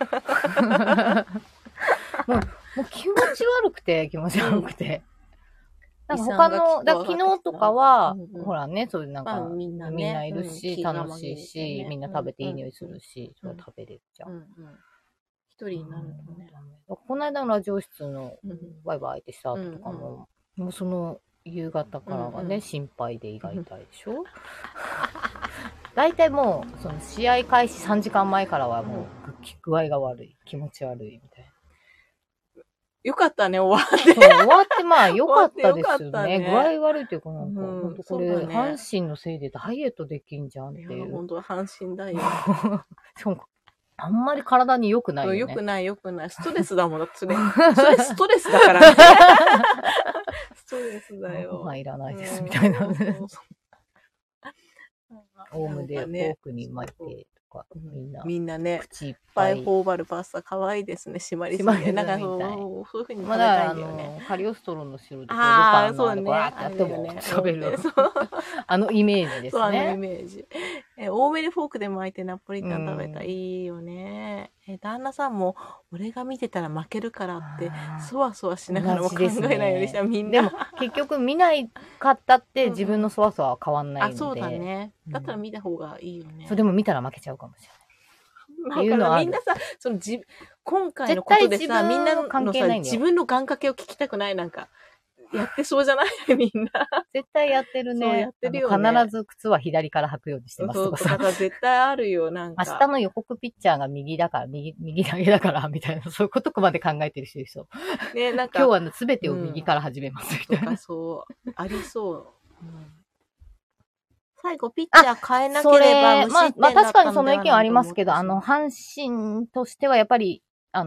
気持ち悪くて。なんか他の、昨日とかは、ほらね、そういうなんか、みんないるし、楽しいし、みんな食べていい匂いするし、それ食べれるじゃん。 一人になるとね。 この間のラジオ室のワイワイってした後とかも、もうその夕方からがね、心配で胃が痛いでしょ。大体もう、その試合開始3時間前からはもう、具合が悪い、気持ち悪いみたいな。 よかったね、終わって。 終わってまあ、よかったですよね。具合悪いっていうかなんか、ほんとこれ、阪神のせいでダイエットできんじゃんっていう。 ほんと、阪神ダイエット。 あんまり体に良くないよね。 良くない。ストレスだもんだって、それストレスだからね。ストレスだよ。 ご飯いらないです、みたいなね。オウムでフォークに巻いてとか、 みんなね、 口いっぱい頬張るパスタ可愛いですね、締まりすぎて。なんかそういう風に食べたいんだよね。 カリオストロの汁でこうルパンのこうやってやっても食べる。イメージですね。 そう、イメージ。多めにフォークで巻いてナポリタン食べたらいいよね。旦那さんも、俺が見てたら負けるからって、そわそわしながらも考えないようにしたみんな。 でも、結局見ないかったって自分のそわそわは変わんないので。 そうだね。だったら見た方がいいよね。 でも見たら負けちゃうかもしれない。 っていうのはみんなさ、今回のことでさ、みんなのさ、自分の願掛けを聞きたくない？なんか、やってそうじゃないみんな。 絶対やってるね。 そうやってるよね。 必ず靴は左から履くようにしてますとかさ。 そう、絶対あるよ、なんか。 明日の予告ピッチャーが右だから、右投げだから、みたいな、そういうことまで考えてる人いそう。 ね、なんか。 今日は全てを右から始めますみたいな。 そう、ありそう。最後、ピッチャー変えなければ無失点だったんだよな。 まあ確かにその意見はありますけど、阪神としてはやっぱり、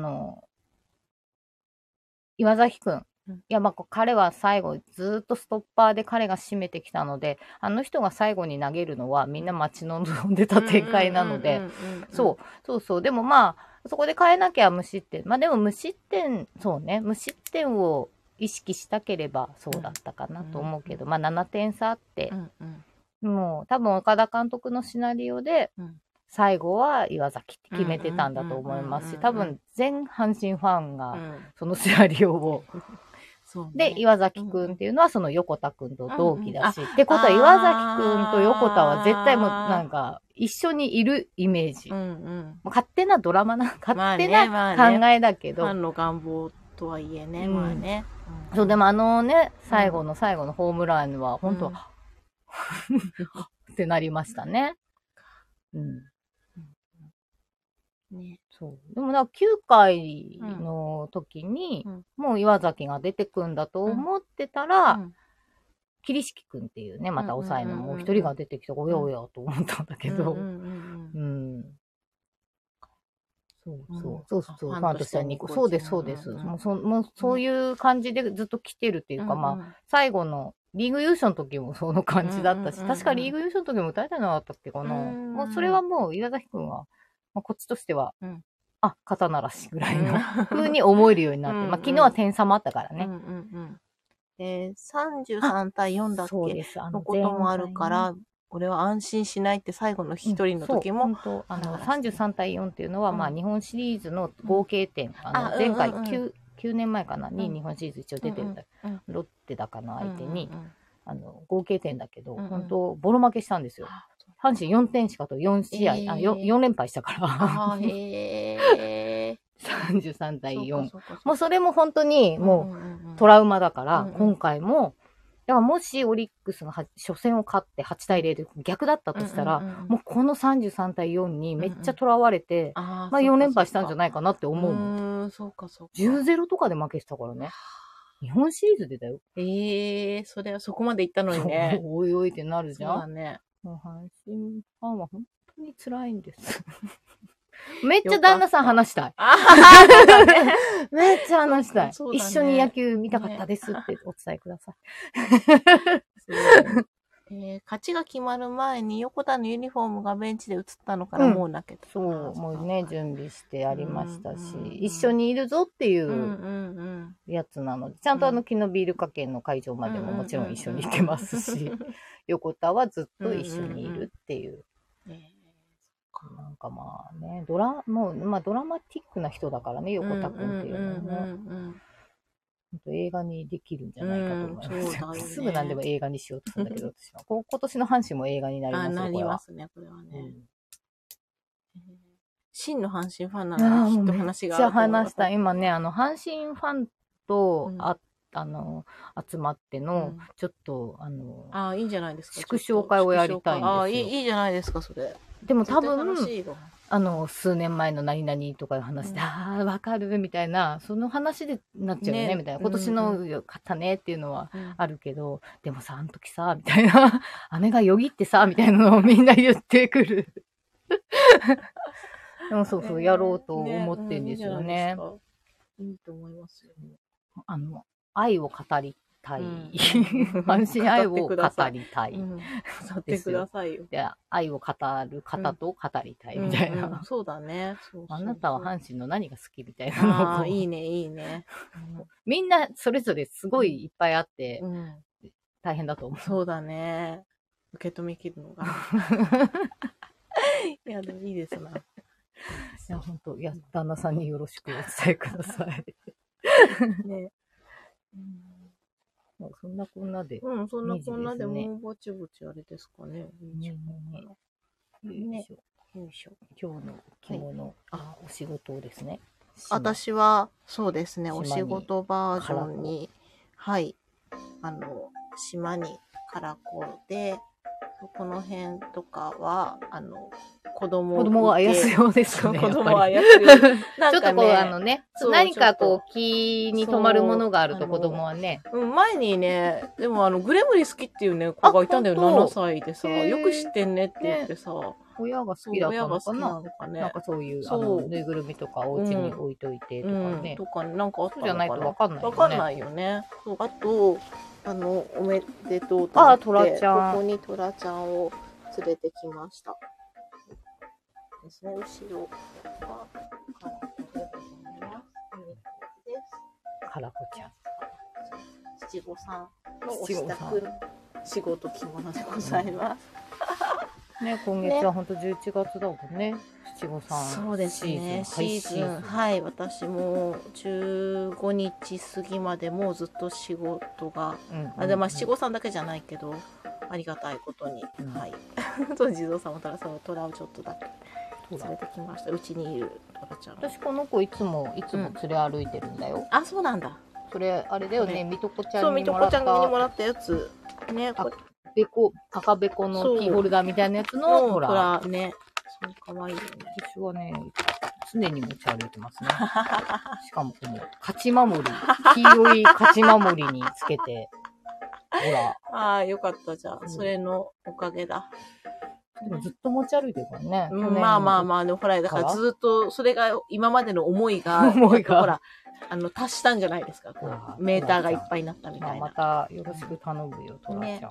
岩崎くん。いや、彼は最後、ずっとストッパーで彼が締めてきたので、あの人が最後に投げるのはみんな待ち望んでた展開なので、そう。でもそこで変えなきゃ無失点。まあでも無失点、そうね、無失点を意識したければそうだったかなと思うけど、まあ7点差あって、もう多分岡田監督のシナリオで、最後は岩崎って決めてたんだと思いますし、多分全阪神ファンがそのシナリオを、で、岩崎くんっていうのはその横田くんと同期だし、ってことは岩崎くんと横田は絶対もうなんか一緒にいるイメージ。勝手なドラマな、勝手な考えだけど。 ファンの願望とはいえね、まあね。 そう、でも最後の最後のホームランは本当は、ってなりましたね。ね、そう。でも9回の時に、もう岩崎が出てくんだと思ってたら、桐敷くんっていうね、また抑えのもう一人が出てきて、おやおやと思ったんだけど、そう、ファンとしては2個。そうです、そうです。もうそういう感じでずっと来てるっていうか、まあ、最後のリーグ優勝の時もその感じだったし、確かリーグ優勝の時も歌えたのだったっけかな。もうそれはもう岩崎くんは、まあ、こっちとしては、あ、肩慣らしぐらいの風に思えるようになって、まあ昨日は点差もあったからね。 33対4だっけのこともあるから、俺は安心しないって最後の一人の時も。 33対4っていうのは、まあ日本シリーズの合計点、前回9年前かなに日本シリーズ一応出てるんだ。ロッテだかの相手に、合計点だけど、本当ボロ負けしたんですよ。阪神4点しかと4試合、4連敗したから。33対4。もうそれも本当にもうトラウマだから、今回も、だからもしオリックスが初戦を勝って8対0で逆だったとしたら、もうこの33対4にめっちゃとらわれて、まあ4連敗したんじゃないかなって思うもん。10-0とかで負けてたからね。日本シリーズでだよ。 それはそこまで行ったのにね。 おいおいってなるじゃん。 そうだね。 もう阪神ファンは本当に辛いんです。めっちゃ旦那さん話したい。めっちゃ話したい。一緒に野球見たかったですってお伝えください。勝ちが決まる前に横田のユニフォームがベンチで映ったのからもう泣けた。 そう、もうね、準備してありましたし、一緒にいるぞっていうやつなので、ちゃんと木のビールかけの会場までももちろん一緒に行ってますし、横田はずっと一緒にいるっていう。なんかまあね、ドラマティックな人だからね、横田くんっていうのはね。映画にできるんじゃないかと思います。すぐ何でも映画にしようとするんだけど、私は。今年の阪神も映画になりますよ。 なりますね、これはね。真の阪神ファンならきっと話があると思います。 話した。今ね、阪神ファンと、集まっての、ちょっと、 いいんじゃないですか。 祝勝会をやりたいんですよ。 いいじゃないですか、それ。 でも多分、数年前の何々とかいう話で、わかるみたいな、その話でなっちゃうよね、みたいな。今年の勝ったねっていうのはあるけど、でもさ、あの時さ、みたいな、雨がよぎってさ、みたいなのをみんな言ってくる。でもそう、やろうと思ってるんですよね。 いいと思いますよ。 愛を語りたい。阪神愛を語りたい。 語ってくださいよ。 で、愛を語る方と語りたいみたいな。 そうだね。 あなたは阪神の何が好きみたいなのを。 いいね、いいね。 みんなそれぞれすごいいっぱいあって、大変だと思う。 そうだね。受け止めきるのが。いや、でもいいですな。いや、本当旦那さんによろしくお伝えください。ね。そんなこんなで。 そんなこんなでもうぼちぼちあれですかね。 ね。よいしょ。今日の着物、お仕事ですね。 私は、そうですね、お仕事バージョンに、はい、島にカラコで、この辺とかは、子供をあやすようですね。 子供をあやすよう。 ちょっとこう何かこう気に留まるものがあると子供はね。 前にね、でもグレムリ好きっていうね、子がいたんだよ、7歳でさ。よく知ってんねって言ってさ。 親が好きだったのかな。なんかそういう、ぬいぐるみとかお家に置いといてとかね。 とかなんかあったのかな。 そうじゃないとわかんないよね。 わかんないよね。あと、おめでとうと思って、トラちゃん。 ここにトラちゃんを連れてきました。ですね、後ろがからこちゃん。 七五三のお支度仕事着物でございます。 ね、今月は本当11月だもんね。七五三。 そうですね。シーズン。はい。私も15日過ぎまでもうずっと仕事が。でまあ七五三だけじゃないけど、ありがたいことに。はい。と地蔵さんも虎をちょっとだけ連れてきました。うちにいる虎ちゃん。 私この子いつも連れ歩いてるんだよ。 あ、そうなんだ。 それあれだよね。みとこちゃんにもらった。 そう、みとこちゃんにもらったやつ。ね。 赤べこのキーホルダーみたいなやつの虎ね。そう、かわいいよね。 私はね、常に持ち歩いてますね。しかもこの勝ち守り、黄色い勝ち守りにつけて、ほら。 ああ、よかったじゃあ、それのおかげだ。 でもずっと持ち歩いてるからね。 まあ、でもほら、だからずっと、それが今までの思いが、ほら、達したんじゃないですか。こうメーターがいっぱいになったみたいな。 またよろしく頼むよ、トラちゃん。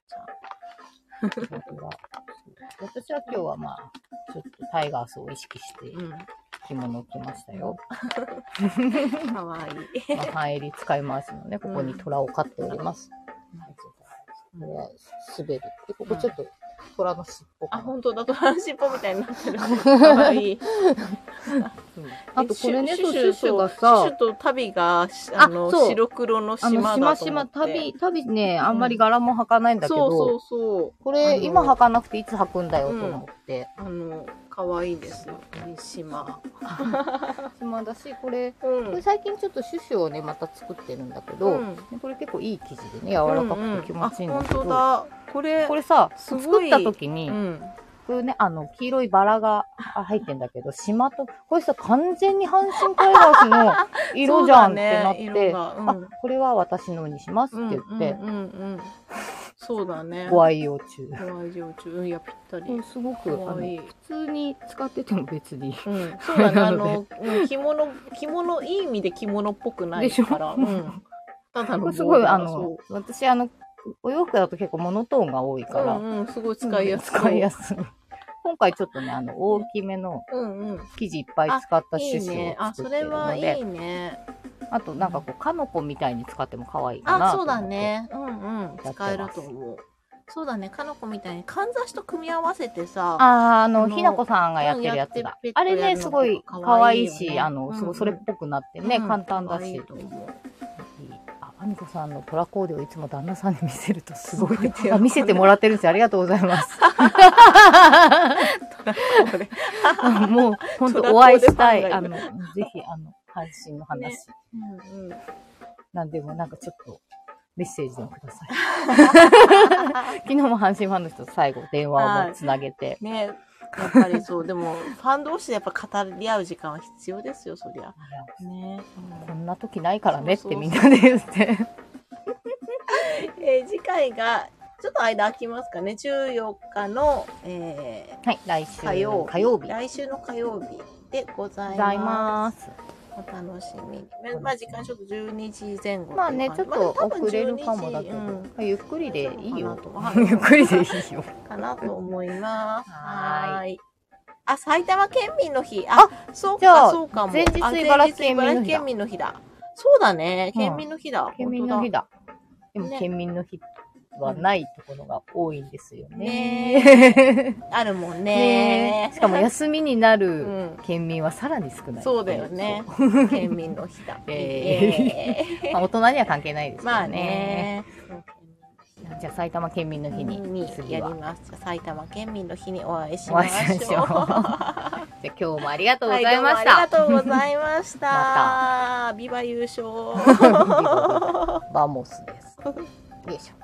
私は今日はまあ、ちょっとタイガースを意識して着物を着ましたよ。 かわいい。 半襟使い回すのね、ここに虎を飼っております。これは滑る。で、ここちょっと虎の尻尾。 あ、本当だ、虎の尻尾みたいになってる。かわいい。 あとこれね、シュシュがさ、 シュシュと旅が、白黒の島だと思って。 旅ね、あんまり柄も履かないんだけど、これ今履かなくていつ履くんだよと思って。 かわいいんですよ。島。 島だし、これ最近ちょっとシュシュをね、また作ってるんだけど、これ結構いい生地でね、柔らかくて気持ちいいんだけど、 本当だ。これさ、作った時に、これね、黄色いバラが入ってんだけど、島と、これさ、完全に阪神タイガースの色じゃんってなって、これは私のにしますって言って、 そうだね。 ご愛用中。 ご愛用中。いや、ぴったり。 すごく、普通に使ってても別に。 そうだね。着物、いい意味で着物っぽくないから。ただの。 すごい、私、お洋服だと結構モノトーンが多いから、 すごい使いやすい。 今回ちょっとね、大きめの生地いっぱい使ったシュシュを作ってるので。 それはいいね。 あとなんかこう、カノコみたいに使っても可愛いかなと思って。 そうだね。使えると思う。そうだね。カノコみたいに、かんざしと組み合わせてさ。 ひなこさんがやってるやつだ。あれね、すごい可愛いし、すごいそれっぽくなってね、簡単だし。あみこさんのトラコーデをいつも旦那さんに見せるとすごい。見せてもらってるんですよ。ありがとうございます。もう、本当お会いしたい。ぜひ、阪神の話。なんでも、なんかちょっと、メッセージでもください。昨日も阪神ファンの人と最後、電話をもつなげて。 ね、やっぱりそう。でも、ファン同士でやっぱ語り合う時間は必要ですよ、そりゃ。ね。 こんな時ないからねってみんなで言って。 次回が、ちょっと間空きますかね。14日の、 はい、来週火曜日。 来週の火曜日でございます。お楽しみに。まあ時間ちょっと12時前後。 まあね、ちょっと遅れるかもだけど、ゆっくりでいいよ。ゆっくりでいいよ。 かなと思います。はい。あ、埼玉県民の日。そうかも。 前日茨城県民の日だ。そうだね。県民の日だ。 県民の日だ。でも県民の日はないところが多いんですよね。 あるもんね。 しかも休みになる県民はさらに少ない。 そうだよね。県民の日だ。 大人には関係ないですけどね。 まあね。 じゃあ埼玉県民の日にやります。埼玉県民の日にお会いしましょう。 じゃあ今日もありがとうございました。 ありがとうございました。またビバ優勝。 バモスです。よいしょ。